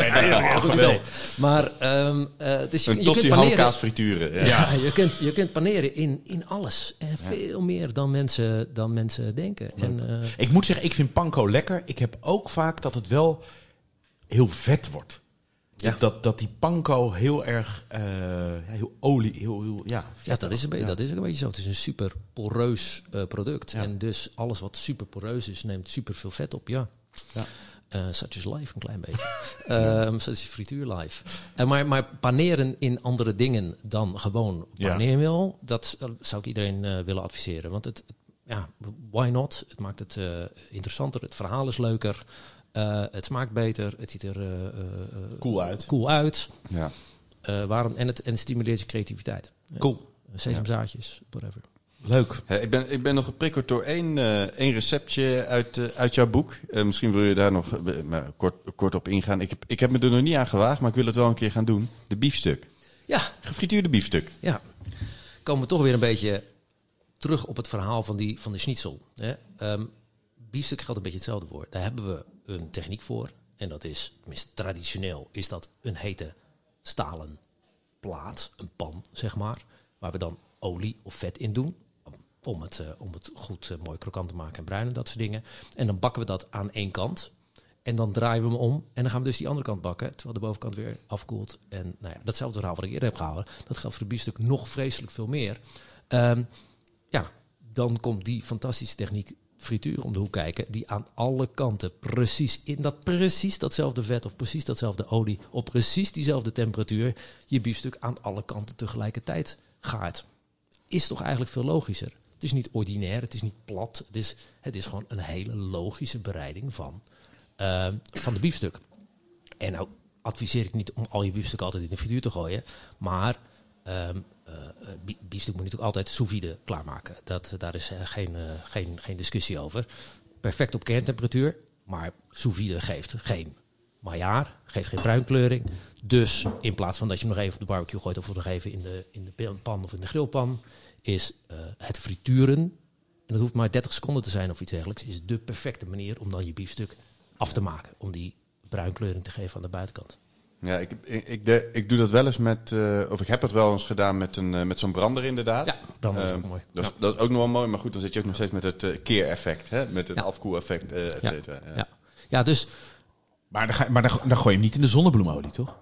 Speaker 3: ogen.
Speaker 4: Maar um, uh, dus je,
Speaker 2: een
Speaker 4: je
Speaker 2: tosti
Speaker 4: kunt paneren,
Speaker 2: hamkaas frituren. Ja.
Speaker 4: Ja, je kunt, je kunt paneren in, in alles. En ja. veel meer dan mensen, dan mensen denken. Ja. En, uh,
Speaker 3: ik moet zeggen, ik vind panko lekker. Ik heb ook vaak dat het wel heel vet wordt. Ja. Dat, dat die panko heel erg uh, heel olie, heel, heel ja.
Speaker 4: Ja, dat is, een be- ja. dat is ook een beetje zo. Het is een super poreus uh, product. Ja. En dus alles wat super poreus is, neemt super veel vet op. Ja. ja. Uh, such is life, een klein beetje. um, such is frituur life. Uh, maar, maar paneren in andere dingen dan gewoon paneermeel, ja. dat uh, zou ik iedereen uh, willen adviseren. Want het, ja, why not? Het maakt het uh, interessanter. Het verhaal is leuker. Uh, het smaakt beter, het ziet er uh, uh,
Speaker 3: cool uit.
Speaker 4: Cool uit.
Speaker 2: Ja.
Speaker 4: Uh, waarom, en, het, en het stimuleert je creativiteit.
Speaker 3: Cool.
Speaker 4: Uh, sesamzaadjes, whatever.
Speaker 3: Leuk.
Speaker 2: Ja, ik, ben, ik ben nog geprikkeld door één, uh, één receptje uit, uh, uit jouw boek. Uh, misschien wil je daar nog uh, kort, kort op ingaan. Ik heb, ik heb me er nog niet aan gewaagd, maar ik wil het wel een keer gaan doen. De biefstuk.
Speaker 4: Ja.
Speaker 2: Gefrituurde biefstuk.
Speaker 4: Ja. Komen we toch weer een beetje terug op het verhaal van, die, van de schnitzel. Hè? Um, biefstuk geldt een beetje hetzelfde voor. Daar hebben we een techniek voor. En dat is, tenminste traditioneel, is dat een hete stalen plaat, een pan, zeg maar. Waar we dan olie of vet in doen. Om het, uh, om het goed uh, mooi krokant te maken en bruin en dat soort dingen. En dan bakken we dat aan één kant. En dan draaien we hem om. En dan gaan we dus die andere kant bakken. Terwijl de bovenkant weer afkoelt. En nou ja, datzelfde verhaal wat ik eerder heb gehouden. Dat geldt voor het biefstuk nog vreselijk veel meer. Um, ja, dan komt die fantastische techniek frituur om de hoek kijken, die aan alle kanten precies in dat precies datzelfde vet of precies datzelfde olie op precies diezelfde temperatuur je biefstuk aan alle kanten tegelijkertijd gaart. Is toch eigenlijk veel logischer. Het is niet ordinair, het is niet plat, het is, het is gewoon een hele logische bereiding van, uh, van de biefstuk. En nou adviseer ik niet om al je biefstuk altijd in de frituur te gooien, maar um, Uh, biefstuk moet je natuurlijk altijd sous vide klaarmaken. Dat, daar is uh, geen, uh, geen, geen discussie over. Perfect op kerntemperatuur, maar sous vide geeft geen maillard, geeft geen bruinkleuring. Dus in plaats van dat je hem nog even op de barbecue gooit of nog even in de, in de pan of in de grillpan, is uh, het frituren, en dat hoeft maar dertig seconden te zijn of iets dergelijks, is de perfecte manier om dan je biefstuk af te maken. Om die bruinkleuring te geven aan de buitenkant.
Speaker 2: Ja, ik, ik, ik, de, ik doe dat wel eens met, uh, of ik heb het wel eens gedaan met, een, uh, met zo'n brander inderdaad.
Speaker 4: Ja, brander is
Speaker 2: uh,
Speaker 4: ook mooi.
Speaker 2: Dat is,
Speaker 4: ja.
Speaker 2: dat is ook nog wel mooi, maar goed, dan zit je ook nog steeds met het uh, keereffect, hè? Met het
Speaker 4: ja.
Speaker 2: afkoeleffect, uh, et cetera.
Speaker 4: Ja. Ja. ja, dus...
Speaker 3: Maar, dan, ga, maar dan, dan gooi je hem niet in de zonnebloemolie, toch?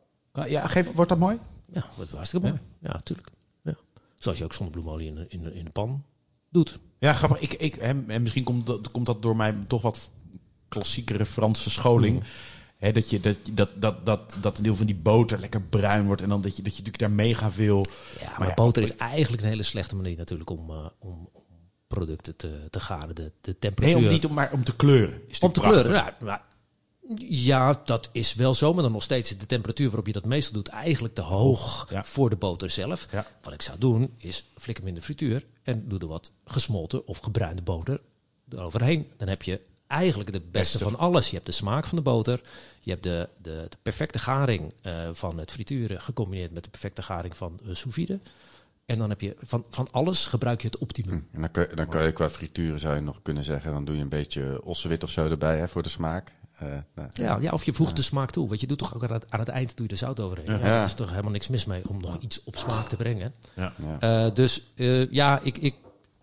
Speaker 3: Ja, geef, wordt dat mooi?
Speaker 4: Ja, wordt hartstikke mooi. Ja, natuurlijk. Ja. Zoals je ook zonnebloemolie in, in, in de pan doet.
Speaker 3: Ja, grappig. Ik, ik, en misschien komt dat, komt dat door mijn toch wat klassiekere Franse scholing. Mm. He, dat, je, dat, dat, dat, dat, dat een deel van die boter lekker bruin wordt. En dan dat je, dat je natuurlijk daar mega veel...
Speaker 4: Ja, maar, maar ja, boter is eigenlijk een hele slechte manier natuurlijk om, uh, om, om producten te, te garen. De, de temperatuur...
Speaker 3: Nee, om niet om, maar om te kleuren. Is
Speaker 4: om te prachtig. kleuren, ja. Maar, ja, dat is wel zo. Maar dan nog steeds is de temperatuur waarop je dat meestal doet eigenlijk te hoog ja. voor de boter zelf. Ja. Wat ik zou doen is flikker hem in de frituur. En doe er wat gesmolten of gebruinde boter eroverheen. Dan heb je... eigenlijk het beste, beste van alles. Je hebt de smaak van de boter. Je hebt de, de, de perfecte garing uh, van het frituren gecombineerd met de perfecte garing van uh, sous vide. En dan heb je van, van alles gebruik je het optimum.
Speaker 2: En dan kan, dan kan je qua frituren zou je nog kunnen zeggen, dan doe je een beetje ossewit of zo erbij, hè, voor de smaak. Uh, nou,
Speaker 4: ja, ja, of je voegt ja. de smaak toe. Want je doet toch ook aan het, aan het eind doe je er zout overheen. Ja. Ja, er is toch helemaal niks mis mee om nog ja. iets op smaak te brengen. Ja. Ja. Uh, dus uh, ja, ik... ik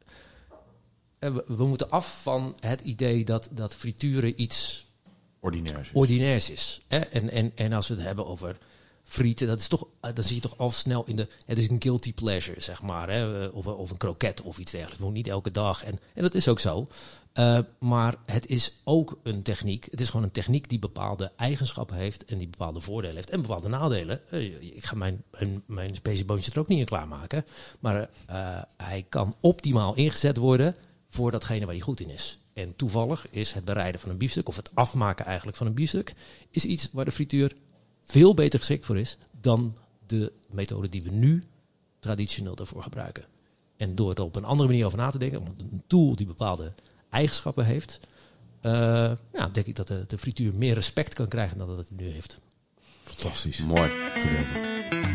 Speaker 4: we moeten af van het idee dat, dat frituren iets
Speaker 3: ordinairs is.
Speaker 4: Ordinairs is hè? En, en, en als we het hebben over frieten, dat is toch, uh, dan zie je toch al snel in de, het is een guilty pleasure, zeg maar, hè, of, of een kroket of iets dergelijks. Moet niet elke dag. En, en dat is ook zo. Uh, maar het is ook een techniek. Het is gewoon een techniek die bepaalde eigenschappen heeft en die bepaalde voordelen heeft en bepaalde nadelen. Uh, ik ga mijn, mijn, mijn spaceboontje er ook niet in klaarmaken. Maar uh, hij kan optimaal ingezet worden voor datgene waar hij goed in is. En toevallig is het bereiden van een biefstuk, of het afmaken eigenlijk van een biefstuk, is iets waar de frituur veel beter geschikt voor is dan de methode die we nu traditioneel daarvoor gebruiken. En door er op een andere manier over na te denken, een tool die bepaalde eigenschappen heeft, uh, ja, denk ik dat de, de frituur meer respect kan krijgen dan dat het nu heeft.
Speaker 3: Fantastisch.
Speaker 2: Mooi.
Speaker 3: Geweldig.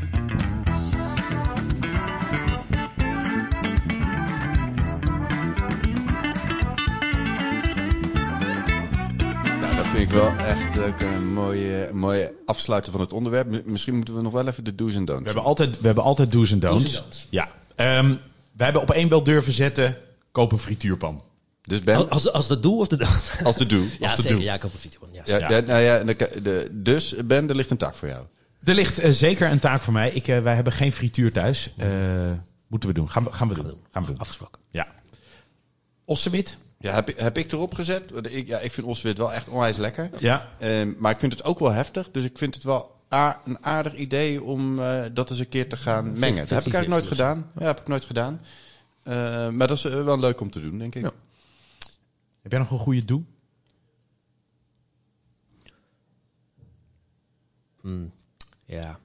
Speaker 2: Vind ik wel echt ook een mooie, mooie afsluiten van het onderwerp. M- misschien moeten we nog wel even de do's en don'ts.
Speaker 3: We hebben altijd, we hebben altijd do's en don'ts.
Speaker 4: Do's en don'ts.
Speaker 3: Ja. Um, we hebben op één wel durven zetten, koop een frituurpan.
Speaker 2: Dus Ben,
Speaker 4: Als, als de doel of de don't?
Speaker 2: als de do.
Speaker 4: Ja,
Speaker 3: als de
Speaker 4: zeker.
Speaker 3: doel.
Speaker 4: Ja, ik heb een frituurpan. Ja,
Speaker 2: Ja,
Speaker 3: Ja.
Speaker 2: ja. Nou ja, de, de, dus Ben, er ligt een taak voor jou.
Speaker 3: Er ligt uh, zeker een taak voor mij. Ik, uh, wij hebben geen frituur thuis. Uh, moeten we doen. Gaan we, gaan we doen. Gaan we doen.
Speaker 4: Afgesproken.
Speaker 3: Ja. Ossewit.
Speaker 2: Ja, heb, ik- heb ik erop gezet? Want Ik, ja, ik vind Oswit wel echt onwijs lekker.
Speaker 3: Ja.
Speaker 2: Ehm, maar ik vind het ook wel heftig. Dus ik vind het wel a- een aardig idee om uh, dat eens een keer te gaan mengen. Dat heb ik eigenlijk nooit
Speaker 4: vijftig
Speaker 2: gedaan. Ja, heb ik nooit gedaan. Uh, maar dat is uh, wel leuk om te doen, denk ik.
Speaker 3: Ja. Heb jij nog een goede doe?
Speaker 4: Mm, ja.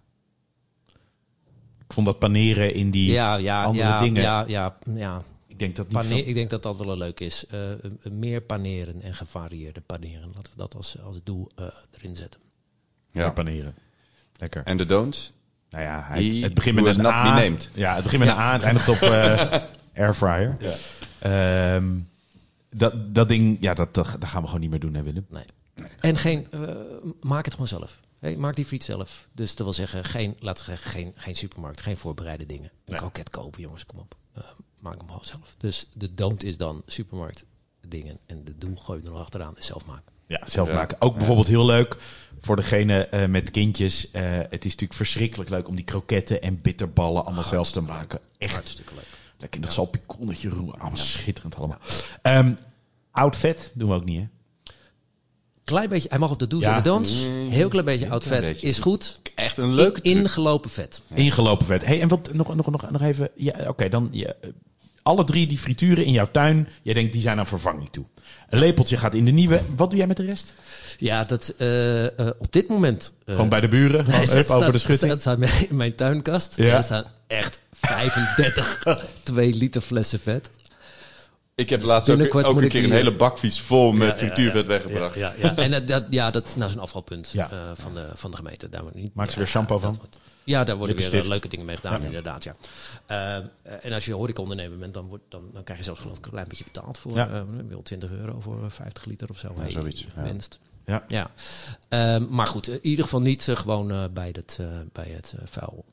Speaker 3: Ik vond dat paneren in die
Speaker 4: Ja, ja,
Speaker 3: andere
Speaker 4: ja,
Speaker 3: dingen.
Speaker 4: ja, ja, ja.
Speaker 3: Ik denk dat niet
Speaker 4: Paneer,
Speaker 3: van-
Speaker 4: ik denk dat dat wel een leuk is. Uh, meer paneren en gevarieerde paneren. Laten we dat als, als doel uh, erin zetten.
Speaker 3: Ja.
Speaker 2: Ja.
Speaker 3: paneren. Lekker.
Speaker 2: En de don'ts?
Speaker 3: Nou ja, hij,
Speaker 2: He
Speaker 3: het begint met
Speaker 2: who
Speaker 3: een
Speaker 2: has not
Speaker 3: A.
Speaker 2: been named.
Speaker 3: Ja, het begint met een A. Het eindigt op uh, airfryer.
Speaker 2: Ja.
Speaker 3: Um, dat, dat ding, ja, dat, dat, dat gaan we gewoon niet meer doen, hè Willem?
Speaker 4: Nee. En geen, uh, maak het gewoon zelf. Hey, maak die friet zelf. Dus dat wil zeggen, geen, laten we zeggen, geen, geen supermarkt, geen voorbereide dingen. Een
Speaker 3: Nee.
Speaker 4: kroket kopen, jongens, kom op. Uh, maak hem gewoon zelf. Dus de don't is dan supermarkt dingen. En de doel gooi je er nog achteraan is zelf maken.
Speaker 3: Ja, zelf
Speaker 2: Ja.
Speaker 3: maken. Ook bijvoorbeeld heel leuk voor degene uh, met kindjes. Uh, het is natuurlijk verschrikkelijk leuk om die kroketten en bitterballen allemaal zelf te maken. Echt
Speaker 4: Hartstikke leuk.
Speaker 3: lekker in dat salpiconnetje roeren. Allemaal schitterend allemaal. Um, oud vet doen we ook niet, hè?
Speaker 4: Klein beetje, hij mag op de do's
Speaker 3: Ja.
Speaker 4: en de don'ts.
Speaker 2: Mm,
Speaker 4: Heel klein beetje
Speaker 2: heel
Speaker 4: oud
Speaker 2: klein
Speaker 4: vet
Speaker 2: beetje.
Speaker 4: is goed.
Speaker 2: Echt een leuke
Speaker 4: In,
Speaker 2: truc.
Speaker 4: ingelopen vet.
Speaker 3: Ingelopen vet. Hey, en wat nog, nog, nog, nog even. Ja, Oké, okay, dan. Ja, uh, alle drie die frituren in jouw tuin. Jij denkt die zijn aan vervanging toe. Een lepeltje gaat in de nieuwe. Wat doe jij met de rest?
Speaker 4: Ja, dat uh, uh, op dit moment... Uh,
Speaker 3: Gewoon bij de buren. Gewoon
Speaker 4: nee,
Speaker 3: up, over de schutting.
Speaker 4: Dat staat mijn- in mijn tuinkast.
Speaker 3: Ja.
Speaker 4: Ja. Er staan echt vijfendertig twee liter flessen vet.
Speaker 2: Ik heb
Speaker 4: Dus
Speaker 2: laatst ook,
Speaker 4: binnenkort
Speaker 2: ook
Speaker 4: moet
Speaker 2: een
Speaker 4: ik
Speaker 2: keer een
Speaker 4: die-
Speaker 2: hele bakfiets vol met
Speaker 4: Ja, ja,
Speaker 2: frituurvet
Speaker 4: ja.
Speaker 2: weggebracht.
Speaker 4: Ja, ja, ja. En uh, dat, ja, dat nou, is een afvalpunt
Speaker 3: Ja.
Speaker 4: uh, van, de, van de gemeente. Daar moet niet,
Speaker 3: Maak ze
Speaker 4: ja,
Speaker 3: weer shampoo
Speaker 4: dat
Speaker 3: van?
Speaker 4: wordt- Ja, daar worden weer
Speaker 3: Lippenstift.
Speaker 4: uh, leuke dingen mee gedaan,
Speaker 3: Ja.
Speaker 4: inderdaad. Ja. Uh, uh, en als je horecaondernemer bent, dan, wordt, dan, dan krijg je zelfs geloof ik een klein beetje betaald voor.
Speaker 3: Ja.
Speaker 4: Ja. Uh, wel twintig euro voor uh, vijftig liter of zo.
Speaker 2: Ja,
Speaker 4: Hey,
Speaker 2: zoiets, ja.
Speaker 4: Winst.
Speaker 3: Ja.
Speaker 4: Ja. Uh, maar goed, uh, in ieder geval niet uh, gewoon uh, bij het, uh, bij het uh, vuil.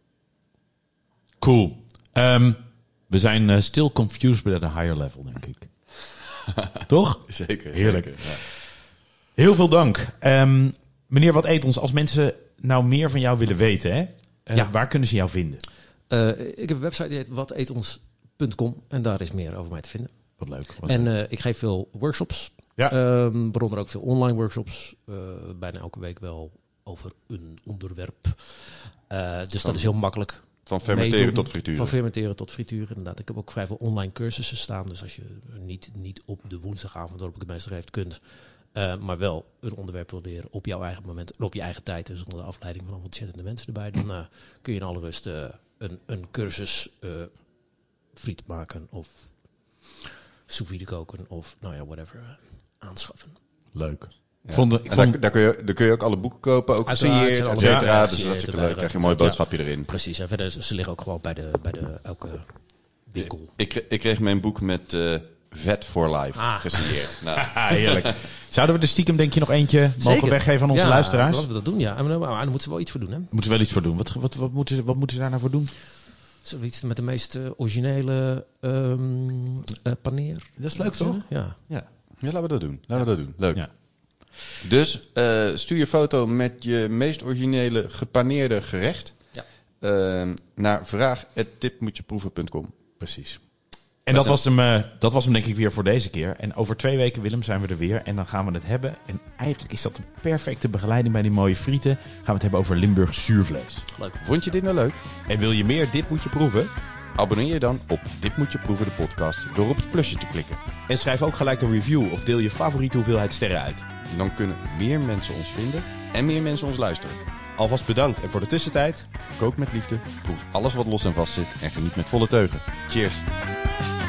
Speaker 3: Cool. Um, we zijn uh, still confused but at a higher level, denk ik. Toch?
Speaker 2: Zeker.
Speaker 3: Heerlijk.
Speaker 2: zeker, ja.
Speaker 3: Heel veel dank. Um, meneer Wat Eet Ons, als mensen nou meer van jou willen weten, hè? Uh,
Speaker 4: Ja.
Speaker 3: Waar kunnen ze jou vinden?
Speaker 4: Uh, ik heb een website die heet wat eet ons punt com en daar is meer over mij te vinden.
Speaker 3: Wat leuk. Wat
Speaker 4: En uh, ik geef veel workshops,
Speaker 3: Ja.
Speaker 4: um, waaronder ook veel online workshops. Uh, bijna elke week wel over een onderwerp. Uh, dus dat is heel makkelijk.
Speaker 2: Van fermenteren
Speaker 4: meedoen.
Speaker 2: tot frituren.
Speaker 4: Van fermenteren tot frituren, inderdaad. Ik heb ook vrij veel online cursussen staan. Dus als je niet, niet op de woensdagavond, waarop ik het meestal heeft, kunt... Uh, maar wel een onderwerp wil leren op jouw eigen moment en op je eigen tijd en zonder de afleiding van allemaal chattende mensen erbij, dan uh, kun je in alle rust uh, een, een cursus uh, friet maken of sous vide koken of nou ja, whatever uh, aanschaffen.
Speaker 3: Leuk.
Speaker 2: Ja.
Speaker 3: Vond, ik
Speaker 2: En
Speaker 3: vond,
Speaker 2: daar, daar, kun je, daar kun je ook alle boeken kopen, ook
Speaker 4: Uiteraard,
Speaker 2: gesigneerd,
Speaker 4: zijn
Speaker 2: et
Speaker 4: alle-
Speaker 2: cetera.
Speaker 4: ja,
Speaker 2: Dus dat is
Speaker 4: gesigneerd
Speaker 2: hartstikke
Speaker 4: erbij,
Speaker 2: leuk. krijg je een
Speaker 4: ja.
Speaker 2: mooi boodschapje erin.
Speaker 4: Precies, en verder ze liggen ook gewoon bij de, bij de elke winkel.
Speaker 2: Ik, kre- ik kreeg mijn boek met uh, Vet for Life
Speaker 4: Ah.
Speaker 2: gesigneerd. Nou,
Speaker 3: ah, heerlijk. Zouden we er stiekem, denk je, nog eentje mogen
Speaker 4: Zeker.
Speaker 3: weggeven aan onze
Speaker 4: ja,
Speaker 3: luisteraars?
Speaker 4: Laten we dat doen, ja. En, maar, maar daar moeten ze wel iets voor doen, hè?
Speaker 3: Moeten we wel iets voor doen. Wat, wat, wat, moeten, ze, wat moeten ze daar nou voor doen?
Speaker 4: Zoiets met de meest uh, originele um, uh, paneer.
Speaker 3: Dat is leuk, toch?
Speaker 4: Ja.
Speaker 3: Ja.
Speaker 2: ja, laten we dat doen. Laten we dat doen. Leuk.
Speaker 3: Ja.
Speaker 2: Dus uh, stuur je foto met je meest originele gepaneerde gerecht
Speaker 4: Ja.
Speaker 2: uh, naar vraag at tipmoetjeproeven punt com.
Speaker 3: Precies. En dat was, hem, uh, dat was hem denk ik weer voor deze keer. En over twee weken, Willem, zijn we er weer. En dan gaan we het hebben. En eigenlijk is dat de perfecte begeleiding bij die mooie frieten. Gaan we het hebben over Limburgs zuurvlees.
Speaker 4: Leuk.
Speaker 2: Vond je dit nou leuk?
Speaker 1: En wil je meer Dit Moet Je Proeven?
Speaker 2: Abonneer je dan op Dit Moet Je Proeven, de podcast, door op het plusje te klikken.
Speaker 1: En schrijf ook gelijk een review of deel je favoriete hoeveelheid sterren uit.
Speaker 2: Dan kunnen meer mensen ons vinden en meer mensen ons luisteren.
Speaker 1: Alvast bedankt en voor de tussentijd...
Speaker 2: Kook met liefde, proef alles wat los en vast zit en geniet met volle teugen. Cheers!